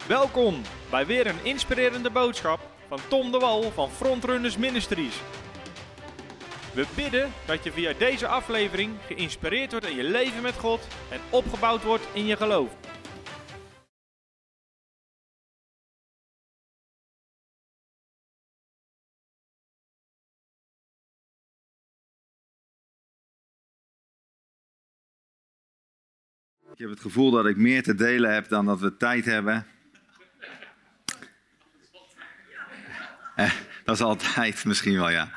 Welkom bij weer een inspirerende boodschap van Tom de Wal van Frontrunners Ministries. We bidden dat je via deze aflevering geïnspireerd wordt in je leven met God en opgebouwd wordt in je geloof. Ik heb het gevoel dat ik meer te delen heb dan dat we tijd hebben. Dat is altijd misschien wel, ja.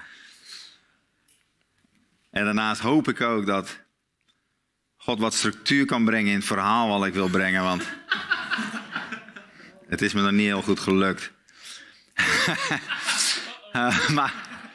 En daarnaast hoop ik ook dat God wat structuur kan brengen in het verhaal wat ik wil brengen. Want het is me nog niet heel goed gelukt. Maar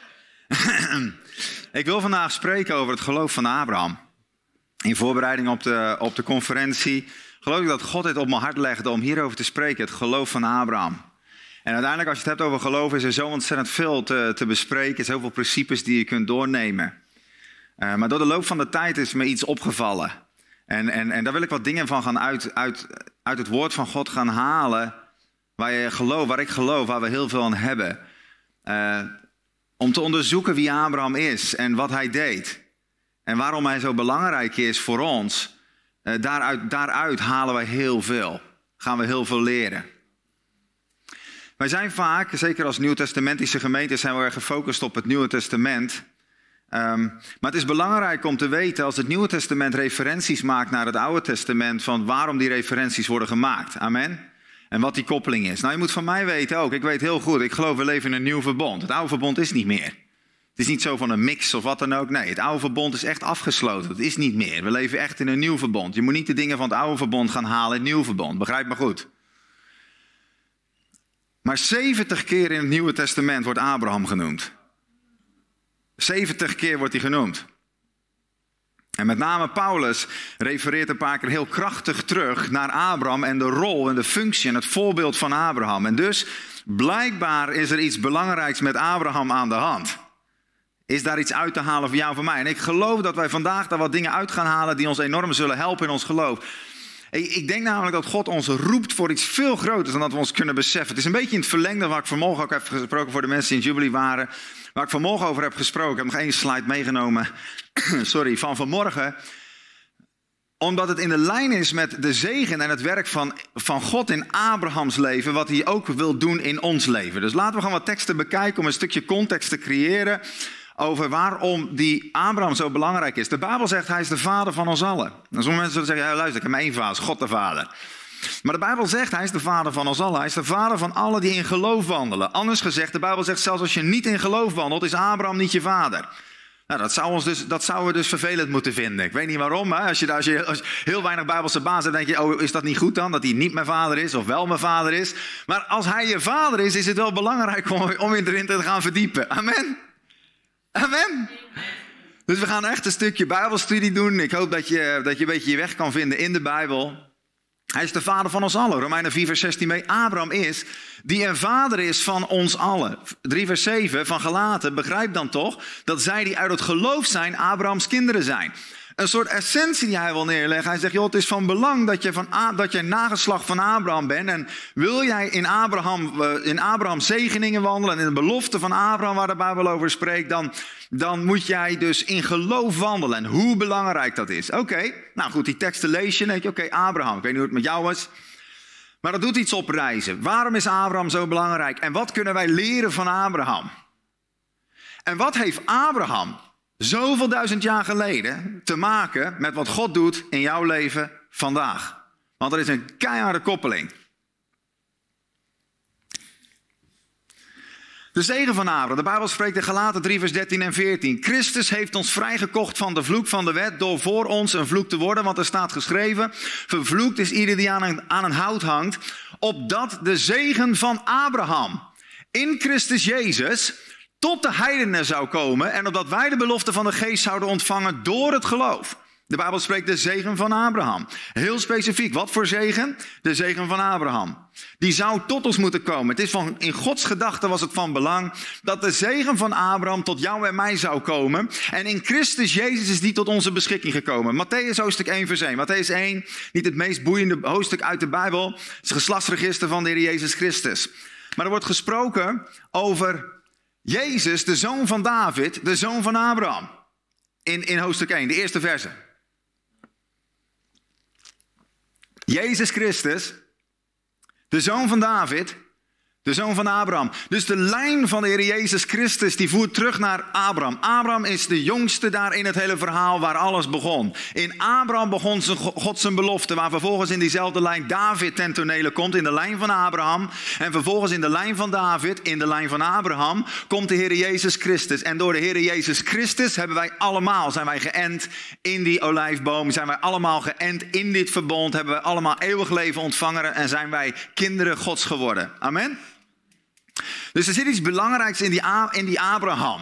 ik wil vandaag spreken over het geloof van Abraham. In voorbereiding op de conferentie geloof ik dat God het op mijn hart legde om hierover te spreken. Het geloof van Abraham. En uiteindelijk als je het hebt over geloof is er zo ontzettend veel te bespreken. Zoveel principes die je kunt doornemen. Maar door de loop van de tijd is me iets opgevallen. En daar wil ik wat dingen van gaan uit het woord van God gaan halen. Waar ik geloof, waar we heel veel aan hebben. Om te onderzoeken wie Abraham is en wat hij deed. En waarom hij zo belangrijk is voor ons. Daaruit halen wij heel veel. Gaan we heel veel leren. Wij zijn vaak, zeker als Nieuwtestamentische gemeente, zijn we erg gefocust op het Nieuwe Testament. Maar het is belangrijk om te weten als het Nieuwe Testament referenties maakt naar het Oude Testament, van waarom die referenties worden gemaakt. Amen. En wat die koppeling is. Nou, je moet van mij weten ook, ik weet heel goed, ik geloof we leven in een nieuw verbond. Het oude verbond is niet meer. Het is niet zo van een mix of wat dan ook. Nee, het oude verbond is echt afgesloten. Het is niet meer. We leven echt in een nieuw verbond. Je moet niet de dingen van het oude verbond gaan halen in het nieuwe verbond. Begrijp me goed. Maar 70 keer in het Nieuwe Testament wordt Abraham genoemd. 70 keer wordt hij genoemd. En met name Paulus refereert een paar keer heel krachtig terug naar Abraham en de rol en de functie en het voorbeeld van Abraham. En dus blijkbaar is er iets belangrijks met Abraham aan de hand. Is daar iets uit te halen voor jou en voor mij? En ik geloof dat wij vandaag daar wat dingen uit gaan halen die ons enorm zullen helpen in ons geloof. Ik denk namelijk dat God ons roept voor iets veel groters dan dat we ons kunnen beseffen. Het is een beetje in het verlengde waar ik vanmorgen ook heb gesproken voor de mensen die in Jubilee waren. Waar ik vanmorgen over heb gesproken. Ik heb nog één slide meegenomen. Van vanmorgen. Omdat het in de lijn is met de zegen en het werk van God in Abrahams leven. Wat hij ook wil doen in ons leven. Dus laten we gaan wat teksten bekijken om een stukje context te creëren. Over waarom die Abraham zo belangrijk is. De Bijbel zegt hij is de vader van ons allen. En sommige mensen zullen zeggen, ja, luister, ik heb maar één vader, God de Vader. Maar de Bijbel zegt hij is de vader van ons allen. Hij is de vader van allen die in geloof wandelen. Anders gezegd, de Bijbel zegt zelfs als je niet in geloof wandelt, is Abraham niet je vader. Nou, dat zouden we dus vervelend moeten vinden. Ik weet niet waarom. Hè? Als je heel weinig Bijbelse basis hebt, denk je, oh, is dat niet goed dan? Dat hij niet mijn vader is of wel mijn vader is. Maar als hij je vader is het wel belangrijk om erin te gaan verdiepen. Amen. Amen. Dus we gaan echt een stukje Bijbelstudie doen. Ik hoop dat je een beetje je weg kan vinden in de Bijbel. Hij is de vader van ons allen. Romeinen 4 vers 16 mee. Abraham is die een vader is van ons allen. 3 vers 7 van Galaten. Begrijp dan toch dat zij die uit het geloof zijn Abrahams kinderen zijn. Een soort essentie die hij wil neerleggen. Hij zegt, joh, het is van belang dat je nageslacht van Abraham bent. En wil jij in Abraham zegeningen wandelen en in de belofte van Abraham waar de Bijbel over spreekt, dan moet jij dus in geloof wandelen. En hoe belangrijk dat is. Oké, nou goed, die teksten lees je en denk je, oké, Abraham. Ik weet niet hoe het met jou is. Maar dat doet iets oprijzen. Waarom is Abraham zo belangrijk? En wat kunnen wij leren van Abraham? En wat heeft Abraham zoveel duizend jaar geleden te maken met wat God doet in jouw leven vandaag? Want er is een keiharde koppeling. De zegen van Abraham. De Bijbel spreekt in Galaten 3 vers 13 en 14. Christus heeft ons vrijgekocht van de vloek van de wet door voor ons een vloek te worden. Want er staat geschreven, vervloekt is ieder die aan een hout hangt. Opdat de zegen van Abraham in Christus Jezus tot de heidenen zou komen. En opdat wij de belofte van de geest zouden ontvangen door het geloof. De Bijbel spreekt de zegen van Abraham. Heel specifiek. Wat voor zegen? De zegen van Abraham. Die zou tot ons moeten komen. Het is in Gods gedachten was het van belang dat de zegen van Abraham tot jou en mij zou komen. En in Christus Jezus is die tot onze beschikking gekomen. Mattheüs hoofdstuk 1 vers 1. Mattheüs 1, niet het meest boeiende hoofdstuk uit de Bijbel. Het is het geslachtsregister van de Heer Jezus Christus. Maar er wordt gesproken over Jezus, de zoon van David, de zoon van Abraham. In hoofdstuk 1, de eerste verse. Jezus Christus, de zoon van David, de zoon van Abraham. Dus de lijn van de Heer Jezus Christus die voert terug naar Abraham. Abraham is de jongste daar in het hele verhaal waar alles begon. In Abraham begon God zijn belofte, waar vervolgens in diezelfde lijn David ten tonele komt, in de lijn van Abraham. En vervolgens in de lijn van David, in de lijn van Abraham, komt de Heer Jezus Christus. En door de Heer Jezus Christus zijn wij geënt in die olijfboom. Zijn wij allemaal geënt in dit verbond. Hebben wij allemaal eeuwig leven ontvangen en zijn wij kinderen Gods geworden. Amen. Dus er zit iets belangrijks in die Abraham.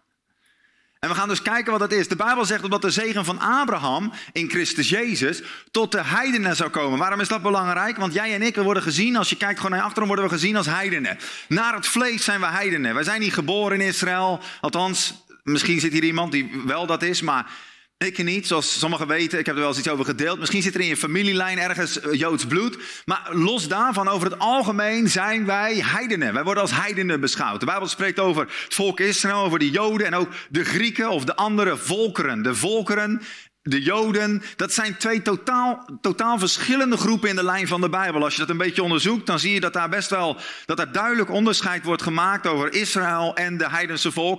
En we gaan dus kijken wat dat is. De Bijbel zegt dat de zegen van Abraham in Christus Jezus tot de heidenen zou komen. Waarom is dat belangrijk? Want jij en ik worden gezien, als je kijkt gewoon naar achteren, worden we gezien als heidenen. Naar het vlees zijn we heidenen. Wij zijn niet geboren in Israël. Althans, misschien zit hier iemand die wel dat is, maar ik niet, zoals sommigen weten. Ik heb er wel eens iets over gedeeld. Misschien zit er in je familielijn ergens Joods bloed. Maar los daarvan, over het algemeen zijn wij heidenen. Wij worden als heidenen beschouwd. De Bijbel spreekt over het volk Israël, over de Joden en ook de Grieken of de andere volkeren. De volkeren, de Joden, dat zijn twee totaal verschillende groepen in de lijn van de Bijbel. Als je dat een beetje onderzoekt, dan zie je dat daar best wel, dat er duidelijk onderscheid wordt gemaakt over Israël en de heidense volk.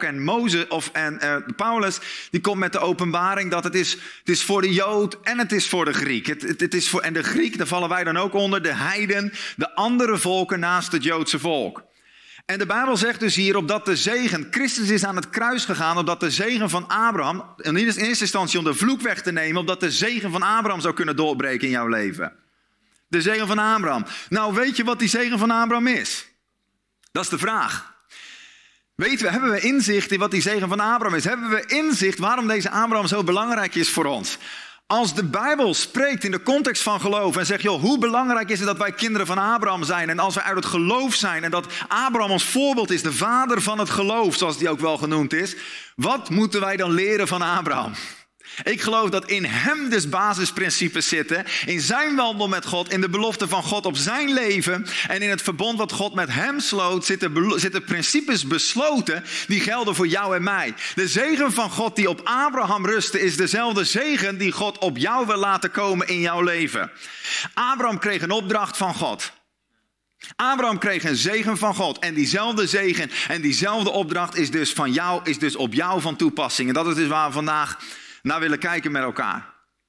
En Paulus, die komt met de openbaring dat het is voor de Jood en het is voor de Griek. En de Griek, daar vallen wij dan ook onder, de heiden, de andere volken naast het Joodse volk. En de Bijbel zegt dus hier, opdat de zegen, Christus is aan het kruis gegaan, opdat de zegen van Abraham, in eerste instantie om de vloek weg te nemen, opdat de zegen van Abraham zou kunnen doorbreken in jouw leven. De zegen van Abraham. Nou, weet je wat die zegen van Abraham is? Dat is de vraag. Hebben we inzicht in wat die zegen van Abraham is? Hebben we inzicht waarom deze Abraham zo belangrijk is voor ons? Als de Bijbel spreekt in de context van geloof en zegt, joh, hoe belangrijk is het dat wij kinderen van Abraham zijn? En als wij uit het geloof zijn en dat Abraham ons voorbeeld is, de vader van het geloof, zoals die ook wel genoemd is. Wat moeten wij dan leren van Abraham? Ik geloof dat in hem dus basisprincipes zitten, in zijn wandel met God, in de belofte van God op zijn leven en in het verbond wat God met hem sloot, zitten principes besloten die gelden voor jou en mij. De zegen van God die op Abraham rustte is dezelfde zegen die God op jou wil laten komen in jouw leven. Abraham kreeg een opdracht van God. Abraham kreeg een zegen van God en diezelfde zegen en diezelfde opdracht is dus van jou, is dus op jou van toepassing. En dat is dus waar we vandaag naar willen kijken met elkaar.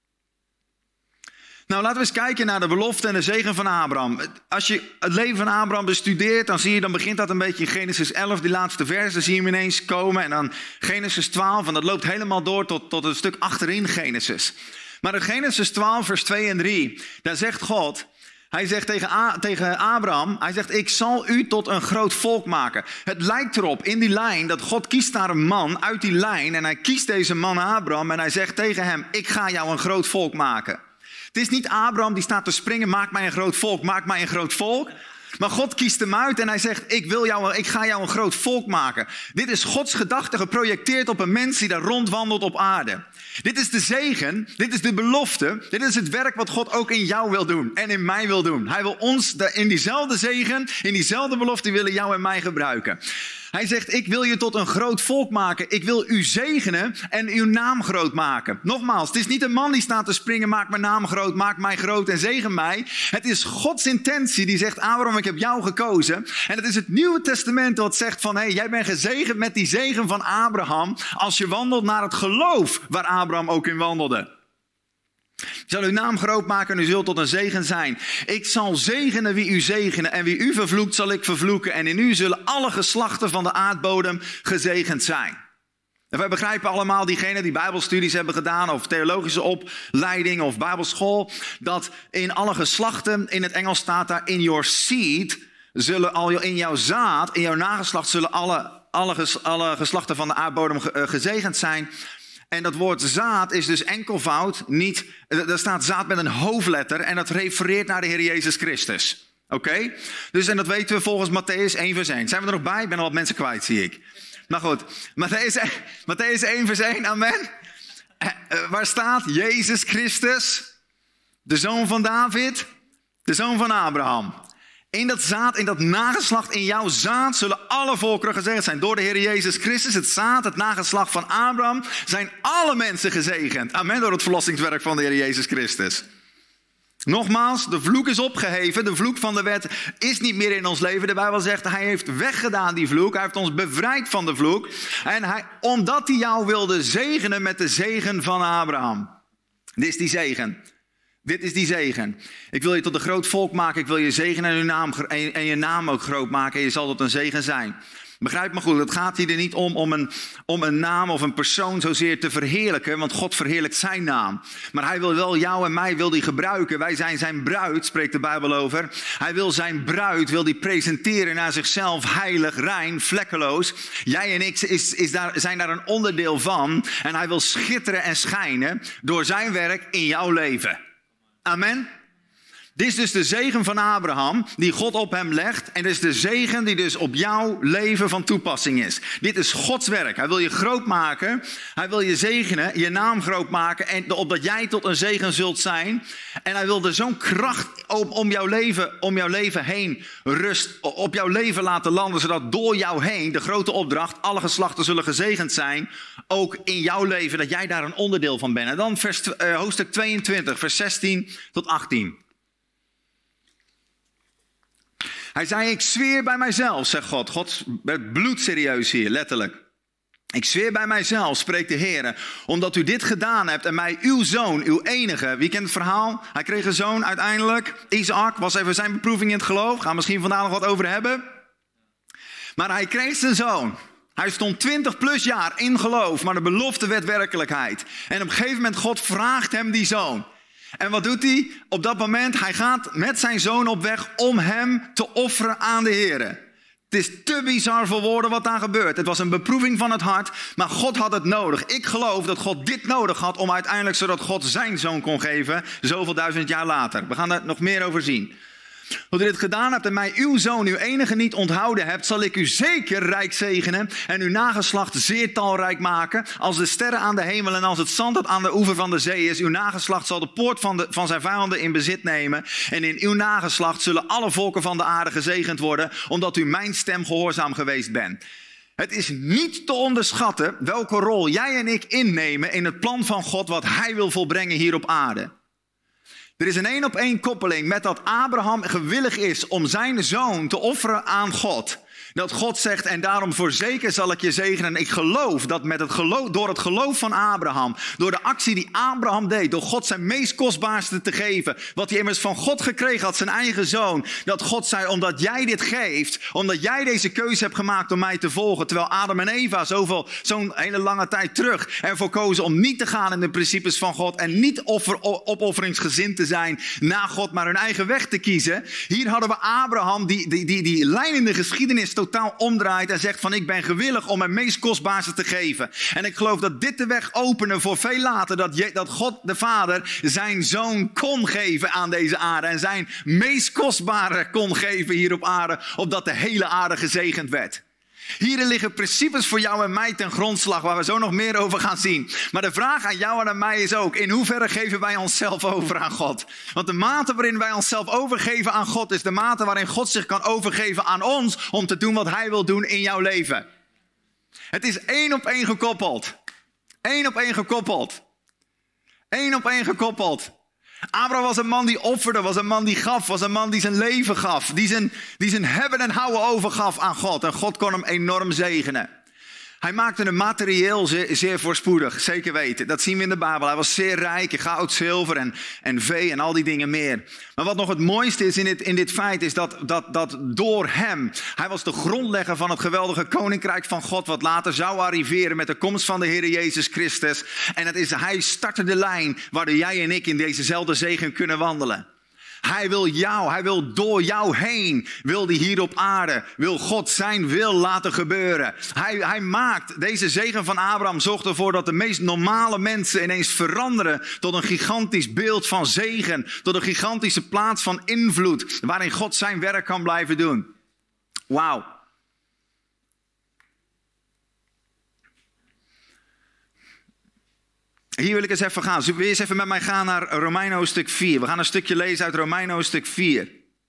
Nou, laten we eens kijken naar de belofte en de zegen van Abraham. Als je het leven van Abraham bestudeert, dan begint dat een beetje in Genesis 11, die laatste versen zie je hem ineens komen. En dan Genesis 12, en dat loopt helemaal door tot een stuk achterin Genesis. Maar in Genesis 12, vers 2 en 3, daar zegt God, hij zegt tegen Abraham, hij zegt, ik zal u tot een groot volk maken. Het lijkt erop, in die lijn, dat God kiest daar een man uit die lijn. En hij kiest deze man Abraham en hij zegt tegen hem, ik ga jou een groot volk maken. Het is niet Abraham die staat te springen, maak mij een groot volk, maak mij een groot volk. Maar God kiest hem uit en hij zegt, ik ga jou een groot volk maken. Dit is Gods gedachte geprojecteerd op een mens die daar rondwandelt op aarde. Dit is de zegen, dit is de belofte, dit is het werk wat God ook in jou wil doen en in mij wil doen. Hij wil ons in diezelfde zegen, in diezelfde belofte willen jou en mij gebruiken. Hij zegt, ik wil je tot een groot volk maken. Ik wil u zegenen en uw naam groot maken. Nogmaals, het is niet een man die staat te springen, maak mijn naam groot, maak mij groot en zegen mij. Het is Gods intentie die zegt, Abraham, ik heb jou gekozen. En het is het Nieuwe Testament dat zegt van, hey, jij bent gezegend met die zegen van Abraham als je wandelt naar het geloof waar Abraham ook in wandelde. Ik zal uw naam groot maken en u zult tot een zegen zijn. Ik zal zegenen wie u zegenen en wie u vervloekt zal ik vervloeken. En in u zullen alle geslachten van de aardbodem gezegend zijn. En wij begrijpen allemaal, diegenen die bijbelstudies hebben gedaan of theologische opleiding of bijbelschool, dat in alle geslachten, in het Engels staat daar, in your seed, in jouw zaad, in jouw nageslacht zullen alle geslachten van de aardbodem gezegend zijn. En dat woord zaad is dus enkelvoud, niet, daar staat zaad met een hoofdletter en dat refereert naar de Heer Jezus Christus. Oké? Dus en dat weten we volgens Matthäus 1 vers 1. Zijn we er nog bij? Ik ben al wat mensen kwijt, zie ik. Maar goed, Matthäus 1 vers 1, amen. Waar staat Jezus Christus, de zoon van David, de zoon van Abraham. In dat zaad, in dat nageslacht, in jouw zaad zullen alle volkeren gezegend zijn. Door de Heer Jezus Christus, het zaad, het nageslacht van Abraham, zijn alle mensen gezegend. Amen, door het verlossingswerk van de Heer Jezus Christus. Nogmaals, de vloek is opgeheven. De vloek van de wet is niet meer in ons leven. De Bijbel zegt, hij heeft weggedaan die vloek. Hij heeft ons bevrijd van de vloek. En omdat hij jou wilde zegenen met de zegen van Abraham. Dit is die zegen. Dit is die zegen. Ik wil je tot een groot volk maken. Ik wil je zegenen en je naam ook groot maken. En je zal tot een zegen zijn. Begrijp me goed, het gaat hier niet om een naam of een persoon zozeer te verheerlijken. Want God verheerlijkt zijn naam. Maar hij wil wel jou en mij wil die gebruiken. Wij zijn zijn bruid, spreekt de Bijbel over. Hij wil zijn bruid, wil die presenteren naar zichzelf heilig, rein, vlekkeloos. Jij en ik zijn daar een onderdeel van. En hij wil schitteren en schijnen door zijn werk in jouw leven. Amen. Dit is dus de zegen van Abraham die God op hem legt. En dit is de zegen die dus op jouw leven van toepassing is. Dit is Gods werk. Hij wil je groot maken. Hij wil je zegenen, je naam groot maken. En opdat jij tot een zegen zult zijn. En hij wil er zo'n kracht om jouw leven heen rust. Op jouw leven laten landen. Zodat door jou heen, de grote opdracht, alle geslachten zullen gezegend zijn. Ook in jouw leven, dat jij daar een onderdeel van bent. En dan hoofdstuk 22, vers 16 tot 18. Hij zei, ik zweer bij mijzelf, zegt God. God werd bloedserieus hier, letterlijk. Ik zweer bij mijzelf, spreekt de Heer, omdat u dit gedaan hebt en mij uw zoon, uw enige. Wie kent het verhaal? Hij kreeg een zoon uiteindelijk. Isaac was even zijn beproeving in het geloof. Gaan we misschien vandaag nog wat over hebben. Maar hij kreeg zijn zoon. Hij stond 20 plus jaar in geloof, maar de belofte werd werkelijkheid. En op een gegeven moment, God vraagt hem die zoon. En wat doet hij? Op dat moment, hij gaat met zijn zoon op weg om hem te offeren aan de Heer. Het is te bizar voor woorden wat daar gebeurt. Het was een beproeving van het hart, maar God had het nodig. Ik geloof dat God dit nodig had om uiteindelijk, zodat God zijn zoon kon geven, zoveel duizend jaar later. We gaan daar nog meer over zien. Wat u dit gedaan hebt en mij uw zoon, uw enige niet onthouden hebt, zal ik u zeker rijk zegenen en uw nageslacht zeer talrijk maken. Als de sterren aan de hemel en als het zand dat aan de oever van de zee is. Uw nageslacht zal de poort van zijn vijanden in bezit nemen. En in uw nageslacht zullen alle volken van de aarde gezegend worden, omdat u mijn stem gehoorzaam geweest bent. Het is niet te onderschatten welke rol jij en ik innemen in het plan van God wat hij wil volbrengen hier op aarde. Er is een 1-op-1 koppeling met dat Abraham gewillig is om zijn zoon te offeren aan God. Dat God zegt, en daarom voorzeker zal ik je zegenen. Ik geloof dat door het geloof van Abraham, door de actie die Abraham deed, door God zijn meest kostbaarste te geven, wat hij immers van God gekregen had, zijn eigen zoon, dat God zei, omdat jij dit geeft, omdat jij deze keuze hebt gemaakt om mij te volgen, terwijl Adam en Eva zo'n hele lange tijd terug ervoor kozen om niet te gaan in de principes van God en niet opofferingsgezind te zijn na God, maar hun eigen weg te kiezen. Hier hadden we Abraham die lijn in de geschiedenis totaal omdraait en zegt van ik ben gewillig om mijn meest kostbaarste te geven. En ik geloof dat dit de weg opende voor veel later dat God de Vader zijn zoon kon geven aan deze aarde. En zijn meest kostbare kon geven hier op aarde, opdat de hele aarde gezegend werd. Hierin liggen principes voor jou en mij ten grondslag, waar we zo nog meer over gaan zien. Maar de vraag aan jou en aan mij is ook, in hoeverre geven wij onszelf over aan God? Want de mate waarin wij onszelf overgeven aan God is de mate waarin God zich kan overgeven aan ons om te doen wat hij wil doen in jouw leven. Het is 1-op-1 gekoppeld. 1-op-1 gekoppeld. 1-op-1 gekoppeld. Abraham was een man die offerde, was een man die gaf, was een man die zijn leven gaf. Die zijn hebben en houden overgaf aan God. En God kon hem enorm zegenen. Hij maakte hem materieel zeer voorspoedig, zeker weten. Dat zien we in de Bijbel. Hij was zeer rijk, goud, zilver en vee en al die dingen meer. Maar wat nog het mooiste is in dit feit is dat door hem, hij was de grondlegger van het geweldige koninkrijk van God, wat later zou arriveren met de komst van de Heer Jezus Christus. En hij startte de lijn waardoor jij en ik in dezezelfde zegen kunnen wandelen. Hij wil jou, hij wil door jou heen, wil hij hier op aarde, wil God zijn wil laten gebeuren. Hij maakt, deze zegen van Abraham zorgt ervoor dat de meest normale mensen ineens veranderen tot een gigantisch beeld van zegen, tot een gigantische plaats van invloed, waarin God zijn werk kan blijven doen. Wauw. Hier wil ik eens even gaan. Wil je eens even met mij gaan naar Romeinen hoofdstuk 4. We gaan een stukje lezen uit Romeinen hoofdstuk 4.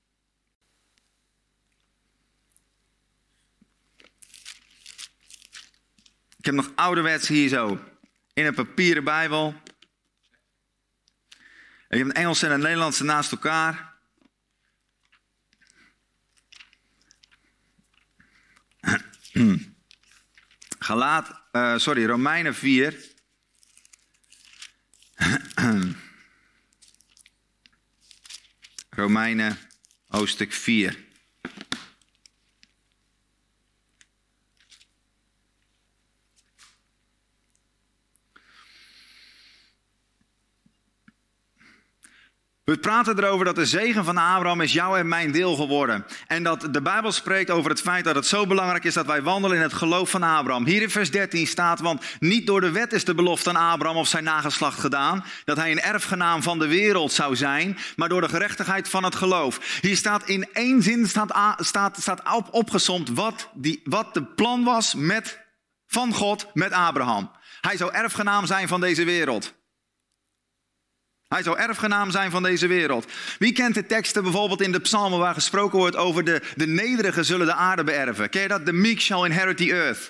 Ik heb nog ouderwets hier zo in een papieren Bijbel. En je hebt een Engelse en een Nederlandse naast elkaar. Romeinen 4. Romeinen hoofdstuk 4. We praten erover dat de zegen van Abraham is jouw en mijn deel geworden. En dat de Bijbel spreekt over het feit dat het zo belangrijk is dat wij wandelen in het geloof van Abraham. Hier in vers 13 staat, want niet door de wet is de belofte aan Abraham of zijn nageslacht gedaan, dat hij een erfgenaam van de wereld zou zijn, maar door de gerechtigheid van het geloof. Hier staat in één zin opgesomd wat de plan was van God met Abraham. Hij zou erfgenaam zijn van deze wereld. Hij zou erfgenaam zijn van deze wereld. Wie kent de teksten bijvoorbeeld in de psalmen waar gesproken wordt over de nederigen zullen de aarde beërven? Ken je dat? The meek shall inherit the earth.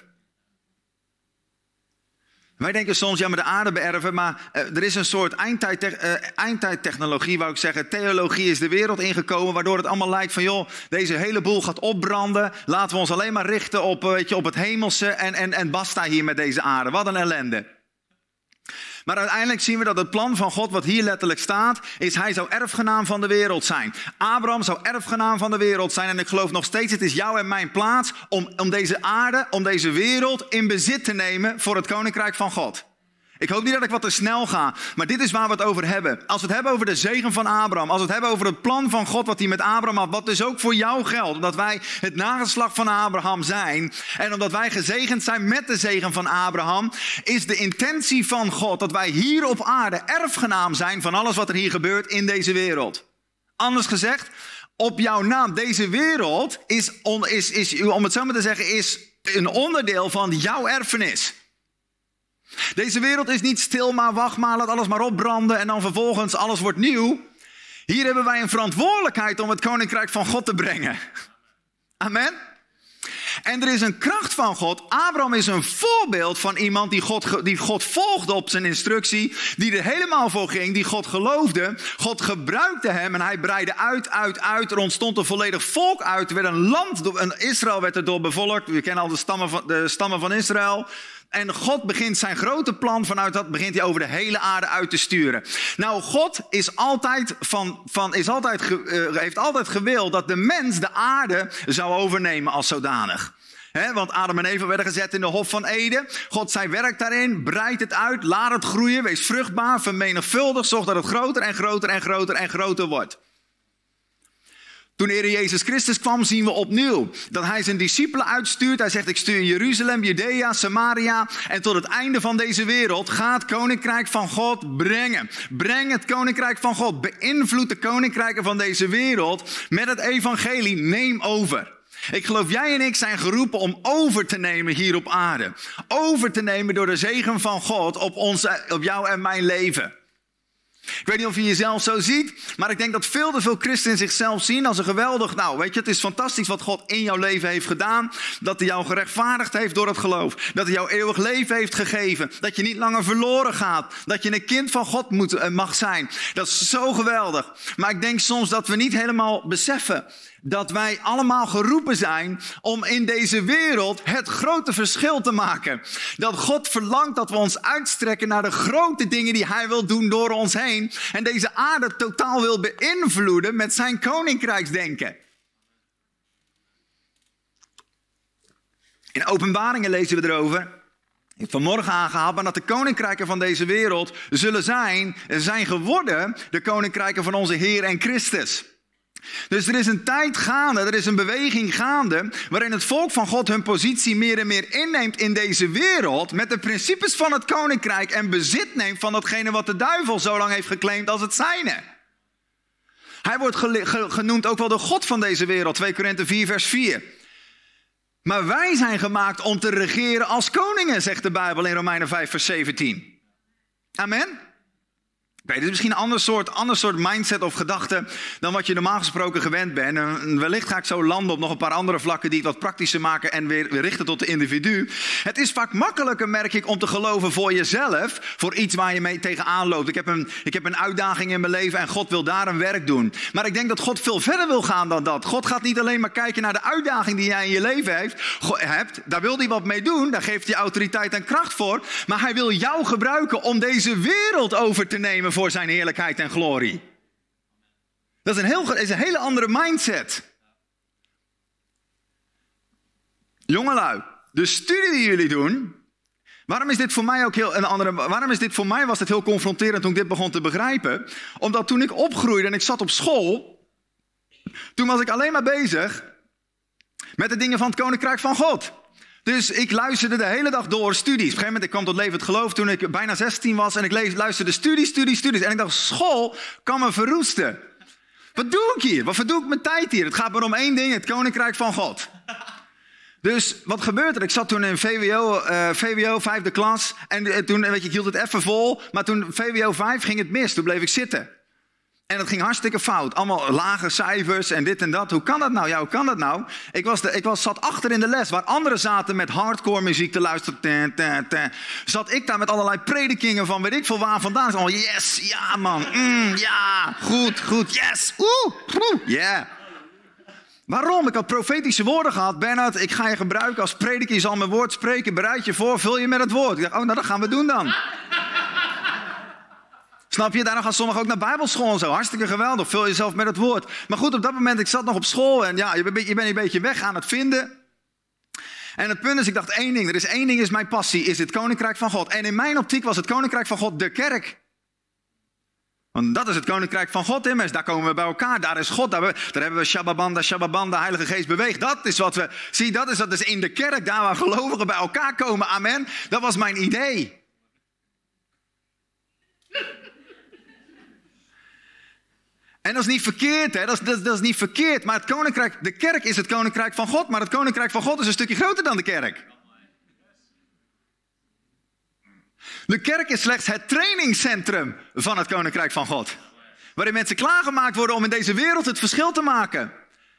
Wij denken soms, ja, maar de aarde beërven, maar er is een soort eindtijdtechnologie, wou ik zeggen. Theologie is de wereld ingekomen, waardoor het allemaal lijkt van, joh, deze hele boel gaat opbranden. Laten we ons alleen maar richten op het hemelse en basta hier met deze aarde. Wat een ellende. Maar uiteindelijk zien we dat het plan van God, wat hier letterlijk staat, is hij zou erfgenaam van de wereld zijn. Abraham zou erfgenaam van de wereld zijn. En ik geloof nog steeds, het is jouw en mijn plaats om deze aarde, om deze wereld in bezit te nemen voor het koninkrijk van God. Ik hoop niet dat ik wat te snel ga, maar dit is waar we het over hebben. Als we het hebben over de zegen van Abraham, als we het hebben over het plan van God wat hij met Abraham had, wat dus ook voor jou geldt, omdat wij het nageslacht van Abraham zijn en omdat wij gezegend zijn met de zegen van Abraham, is de intentie van God dat wij hier op aarde erfgenaam zijn van alles wat er hier gebeurt in deze wereld. Anders gezegd, op jouw naam, deze wereld is, om het zo maar te zeggen, is een onderdeel van jouw erfenis. Deze wereld is niet stil, maar wacht maar, laat alles maar opbranden en dan vervolgens alles wordt nieuw. Hier hebben wij een verantwoordelijkheid om het koninkrijk van God te brengen. Amen. En er is een kracht van God. Abraham is een voorbeeld van iemand die God volgde op zijn instructie. Die er helemaal voor ging, die God geloofde. God gebruikte hem en hij breidde uit. Er ontstond een volledig volk uit. Er werd een land, Israël werd erdoor bevolkt. We kennen al de stammen van Israël. En God begint zijn grote plan, vanuit dat begint hij over de hele aarde uit te sturen. Nou, God heeft altijd gewild dat de mens de aarde zou overnemen als zodanig. Want Adam en Eva werden gezet in de Hof van Eden. God zei, werk daarin, breid het uit, laat het groeien, wees vruchtbaar, vermenigvuldig, zorg dat het groter en groter en groter en groter wordt. Toen de Heer Jezus Christus kwam, zien we opnieuw dat hij zijn discipelen uitstuurt. Hij zegt, ik stuur Jeruzalem, Judea, Samaria en tot het einde van deze wereld ga het koninkrijk van God brengen. Breng het koninkrijk van God. Beïnvloed de koninkrijken van deze wereld met het evangelie. Neem over. Ik geloof, jij en ik zijn geroepen om over te nemen hier op aarde. Over te nemen door de zegen van God op jou en mijn leven. Ik weet niet of je jezelf zo ziet, maar ik denk dat veel te veel christenen zichzelf zien als een geweldig, het is fantastisch wat God in jouw leven heeft gedaan. Dat hij jou gerechtvaardigd heeft door het geloof. Dat hij jou eeuwig leven heeft gegeven. Dat je niet langer verloren gaat. Dat je een kind van God mag zijn. Dat is zo geweldig. Maar ik denk soms dat we niet helemaal beseffen dat wij allemaal geroepen zijn om in deze wereld het grote verschil te maken. Dat God verlangt dat we ons uitstrekken naar de grote dingen die hij wil doen door ons heen. En deze aarde totaal wil beïnvloeden met zijn koninkrijksdenken. In Openbaringen lezen we erover Ik heb vanmorgen aangehaald, maar dat de koninkrijken van deze wereld zullen zijn geworden de koninkrijken van onze Heer en Christus. Dus er is een tijd gaande, er is een beweging gaande, waarin het volk van God hun positie meer en meer inneemt in deze wereld, met de principes van het koninkrijk en bezit neemt van datgene wat de duivel zo lang heeft geclaimd als het zijne. Hij wordt genoemd ook wel de God van deze wereld, 2 Korinthe 4 vers 4. Maar wij zijn gemaakt om te regeren als koningen, zegt de Bijbel in Romeinen 5 vers 17. Amen. Dit is misschien een ander soort mindset of gedachte dan wat je normaal gesproken gewend bent. En wellicht ga ik zo landen op nog een paar andere vlakken die het wat praktischer maken en weer richten tot de individu. Het is vaak makkelijker, merk ik, om te geloven voor jezelf, voor iets waar je mee tegenaan loopt. Ik heb een uitdaging in mijn leven en God wil daar een werk doen. Maar ik denk dat God veel verder wil gaan dan dat. God gaat niet alleen maar kijken naar de uitdaging die jij in je leven hebt. Daar wil hij wat mee doen, daar geeft hij autoriteit en kracht voor. Maar hij wil jou gebruiken om deze wereld over te nemen voor zijn heerlijkheid en glorie. Dat is een hele andere mindset. Jongelui, de studie die jullie doen, waarom is dit voor mij ook was het heel confronterend toen ik dit begon te begrijpen? Omdat toen ik opgroeide en ik zat op school, toen was ik alleen maar bezig met de dingen van het Koninkrijk van God. Dus ik luisterde de hele dag door studies. Op een gegeven moment, ik kwam tot levend geloof toen ik bijna 16 was. En ik luisterde studies. En ik dacht, school kan me verroesten. Wat doe ik hier? Wat verdoe ik mijn tijd hier? Het gaat maar om één ding, het Koninkrijk van God. Dus wat gebeurt er? Ik zat toen in VWO 5e klas. En toen, weet je, ik hield het even vol. Maar toen VWO 5 ging het mis. Toen bleef ik zitten. En dat ging hartstikke fout. Allemaal lage cijfers en dit en dat. Hoe kan dat nou? Ja, hoe kan dat nou? Ik zat achter in de les waar anderen zaten met hardcore muziek te luisteren. Zat ik daar met allerlei predikingen van weet ik veel waar vandaan. Oh yes, ja man. Ja, goed, yes. Yeah. Waarom? Ik had profetische woorden gehad. Bernard, ik ga je gebruiken als prediker. Je zal mijn woord spreken. Bereid je voor, vul je met het woord. Ik dacht, nou dat gaan we doen dan. Snap je? Daarna gaan sommigen ook naar bijbelschool en zo. Hartstikke geweldig. Vul jezelf met het woord. Maar goed, op dat moment, ik zat nog op school. En ja, je bent een beetje weg aan het vinden. En het punt is, ik dacht één ding. Er is één ding, is mijn passie. Is het Koninkrijk van God. En in mijn optiek was het Koninkrijk van God de kerk. Want dat is het Koninkrijk van God immers. Daar komen we bij elkaar. Daar is God. Daar hebben we Shababanda, Heilige Geest beweegt. Dat is wat we... Zie, dat is in de kerk. Daar waar gelovigen bij elkaar komen. Amen. Dat was mijn idee. En dat is niet verkeerd, hè? Dat is niet verkeerd. Maar het koninkrijk, de kerk is het Koninkrijk van God. Maar het Koninkrijk van God is een stukje groter dan de kerk. De kerk is slechts het trainingscentrum van het Koninkrijk van God. Waarin mensen klaargemaakt worden om in deze wereld het verschil te maken.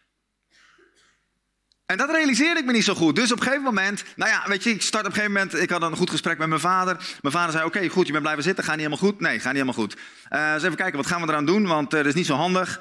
En dat realiseerde ik me niet zo goed. Dus op een gegeven moment, nou ja, weet je, ik had een goed gesprek met mijn vader. Mijn vader zei, oké, goed, je bent blijven zitten, gaat niet helemaal goed? Nee, gaat niet helemaal goed. Dus even kijken, wat gaan we eraan doen, want dat is niet zo handig.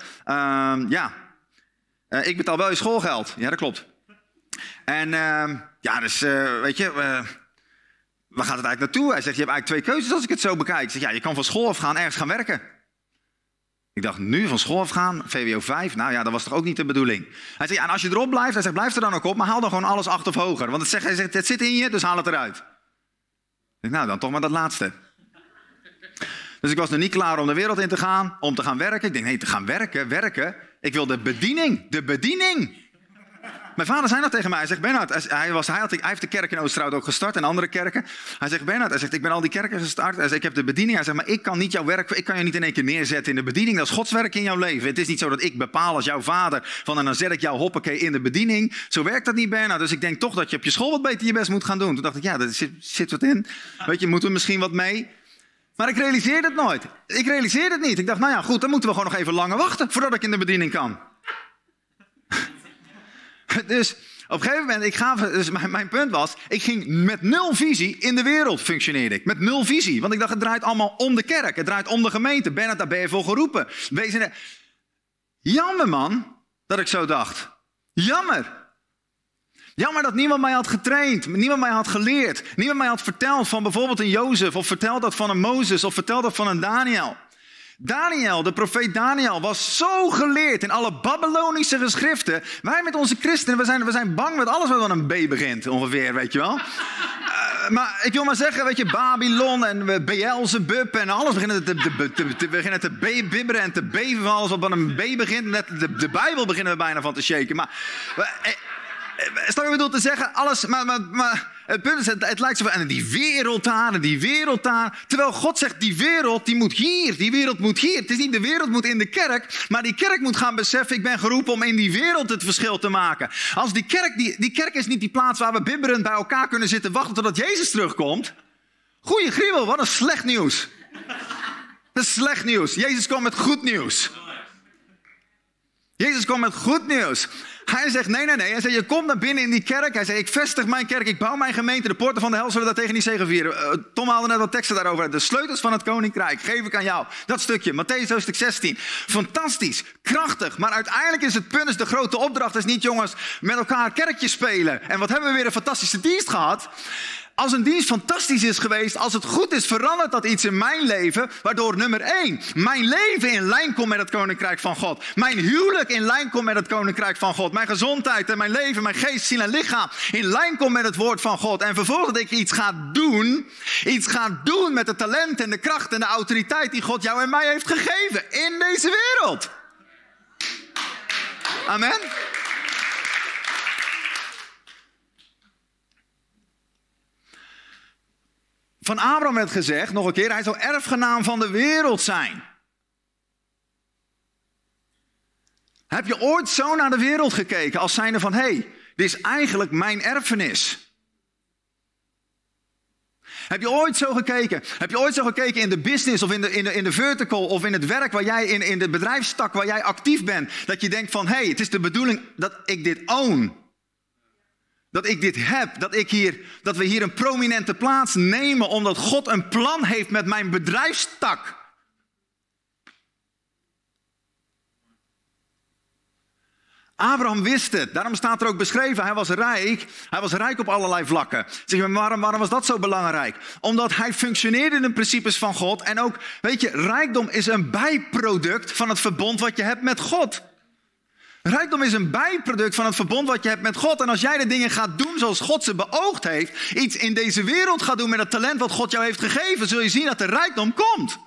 Ik betaal wel je schoolgeld. Ja, dat klopt. En weet je, waar gaat het eigenlijk naartoe? Hij zegt, je hebt eigenlijk twee keuzes als ik het zo bekijk. Ik zeg, ja, je kan van school afgaan, ergens gaan werken. Ik dacht, nu van school afgaan, VWO 5, nou ja, dat was toch ook niet de bedoeling. Hij zegt, ja, en als je erop blijft, hij zegt, blijf er dan ook op, maar haal dan gewoon alles 8 of hoger. Want hij zegt, het zit in je, dus haal het eruit. Ik zeg, nou, dan toch maar dat laatste. Dus ik was nog niet klaar om de wereld in te gaan, om te gaan werken. Ik denk, nee, te gaan werken. Ik wil de bediening. Mijn vader zei dat tegen mij. Hij zegt, Bernard, hij heeft de kerk in Oosterhout ook gestart en andere kerken. Hij zegt, Bernard, ik ben al die kerken gestart. Hij zegt, ik heb de bediening. Hij zegt, maar ik kan niet jouw werk, ik kan je niet in één keer neerzetten in de bediening. Dat is Gods werk in jouw leven. Het is niet zo dat ik bepaal als jouw vader van en dan zet ik jou hoppakee in de bediening. Zo werkt dat niet, Bernard. Dus ik denk toch dat je op je school wat beter je best moet gaan doen. Toen dacht ik, ja, daar zit wat in. Weet je, moeten we misschien wat mee? Maar ik realiseerde het nooit. Ik realiseerde het niet. Ik dacht, nou ja, goed, dan moeten we gewoon nog even langer wachten voordat ik in de bediening kan. Dus op een gegeven moment, mijn punt was, ik ging met 0 visie in de wereld functioneerde ik. Met 0 visie, want ik dacht, het draait allemaal om de kerk. Het draait om de gemeente. Bernard, daar ben je voor geroepen. Jammer man, dat ik zo dacht. Jammer dat niemand mij had getraind, niemand mij had geleerd. Niemand mij had verteld van bijvoorbeeld een Jozef, of verteld dat van een Mozes, of verteld dat van een Daniel. Daniel, de profeet Daniel, was zo geleerd in alle Babylonische geschriften. Wij met onze christenen, we zijn bang met alles wat aan een B begint, ongeveer, weet je wel. Maar ik wil maar zeggen, weet je, Babylon en Beelzebub en alles beginnen te bibberen en te beven van alles wat aan een B begint. Net de Bijbel beginnen we bijna van te shaken. Maar snap je wat ik bedoel te zeggen? Alles, maar het punt is, het lijkt zo van, en die wereld daar. Terwijl God zegt, die wereld, die moet hier. Die wereld moet hier. Het is niet de wereld moet in de kerk, maar die kerk moet gaan beseffen, ik ben geroepen om in die wereld het verschil te maken. Als die kerk is niet die plaats waar we bibberend bij elkaar kunnen zitten wachten totdat Jezus terugkomt. Goeie griebel, wat een slecht nieuws. Dat is slecht nieuws. Jezus kwam met goed nieuws. Jezus kwam met goed nieuws. Hij zegt, nee. Hij zegt, je komt naar binnen in die kerk. Hij zegt, ik vestig mijn kerk, ik bouw mijn gemeente. De poorten van de hel zullen daar tegen niet zegevieren. Tom haalde net wat teksten daarover uit. De sleutels van het koninkrijk geef ik aan jou. Dat stukje, Mattheüs hoofdstuk 16. Fantastisch, krachtig. Maar uiteindelijk is het punt, de grote opdracht is niet, jongens, met elkaar kerkjes spelen. En wat hebben we weer een fantastische dienst gehad. Als een dienst fantastisch is geweest, als het goed is, verandert dat iets in mijn leven. Waardoor nummer 1, mijn leven in lijn komt met het koninkrijk van God. Mijn huwelijk in lijn komt met het koninkrijk van God. Mijn gezondheid en mijn leven, mijn geest, ziel en lichaam in lijn komt met het woord van God. En vervolgens dat ik iets ga doen met de talent en de kracht en de autoriteit die God jou en mij heeft gegeven. In deze wereld. Amen. Van Abraham werd gezegd, nog een keer, hij zou erfgenaam van de wereld zijn. Heb je ooit zo naar de wereld gekeken als zijnde van, hé, dit is eigenlijk mijn erfenis? Heb je ooit zo gekeken? Heb je ooit zo gekeken in de business of in de vertical of in het werk waar jij, in de bedrijfstak waar jij actief bent, dat je denkt van, hé, het is de bedoeling dat ik dit own. Dat ik dit heb, dat we hier een prominente plaats nemen omdat God een plan heeft met mijn bedrijfstak. Abraham wist het, daarom staat er ook beschreven, hij was rijk op allerlei vlakken. Zeg je, waarom was dat zo belangrijk? Omdat hij functioneerde in de principes van God en ook, weet je, rijkdom is een bijproduct van het verbond wat je hebt met God. Rijkdom is een bijproduct van het verbond wat je hebt met God. En als jij de dingen gaat doen zoals God ze beoogd heeft, iets in deze wereld gaat doen met het talent wat God jou heeft gegeven, zul je zien dat de rijkdom komt.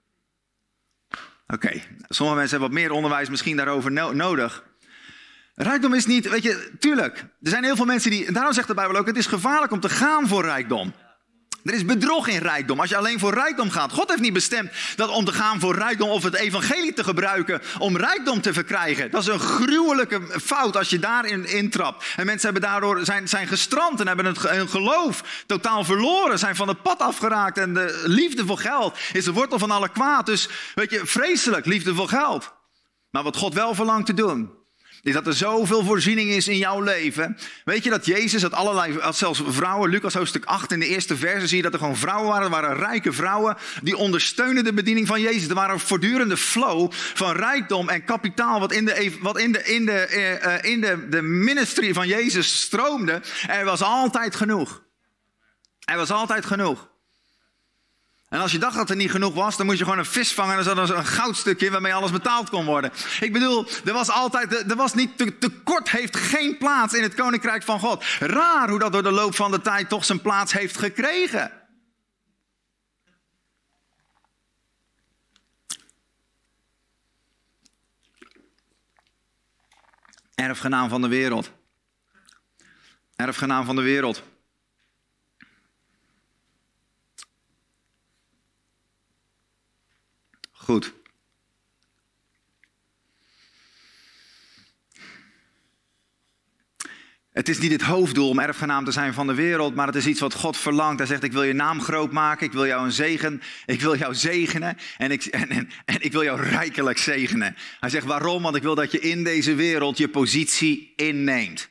Oké, sommige mensen hebben wat meer onderwijs misschien daarover nodig. Rijkdom is niet, weet je, tuurlijk, er zijn heel veel mensen die, en daarom zegt de Bijbel ook, het is gevaarlijk om te gaan voor rijkdom. Er is bedrog in rijkdom. Als je alleen voor rijkdom gaat. God heeft niet bestemd dat om te gaan voor rijkdom of het evangelie te gebruiken om rijkdom te verkrijgen. Dat is een gruwelijke fout als je daarin intrapt. En mensen hebben daardoor zijn gestrand en hebben hun geloof totaal verloren. Zijn van het pad afgeraakt. En de liefde voor geld is de wortel van alle kwaad. Dus weet je, vreselijk, liefde voor geld. Maar wat God wel verlangt te doen, is dat er zoveel voorziening is in jouw leven. Weet je dat Jezus had zelfs vrouwen, Lucas hoofdstuk 8 in de eerste verse zie je dat er gewoon vrouwen waren. Er waren rijke vrouwen die ondersteunden de bediening van Jezus. Er waren een voortdurende flow van rijkdom en kapitaal wat in de ministry van Jezus stroomde. Er was altijd genoeg. Er was altijd genoeg. En als je dacht dat er niet genoeg was, dan moest je gewoon een vis vangen en dan zat er een goudstukje waarmee alles betaald kon worden. Ik bedoel, er was niet tekort heeft geen plaats in het koninkrijk van God. Raar hoe dat door de loop van de tijd toch zijn plaats heeft gekregen. Erfgenaam van de wereld. Erfgenaam van de wereld. Goed. Het is niet het hoofddoel om erfgenaam te zijn van de wereld, maar het is iets wat God verlangt. Hij zegt, ik wil je naam groot maken, ik wil jou zegenen en ik wil jou rijkelijk zegenen. Hij zegt, waarom? Want ik wil dat je in deze wereld je positie inneemt.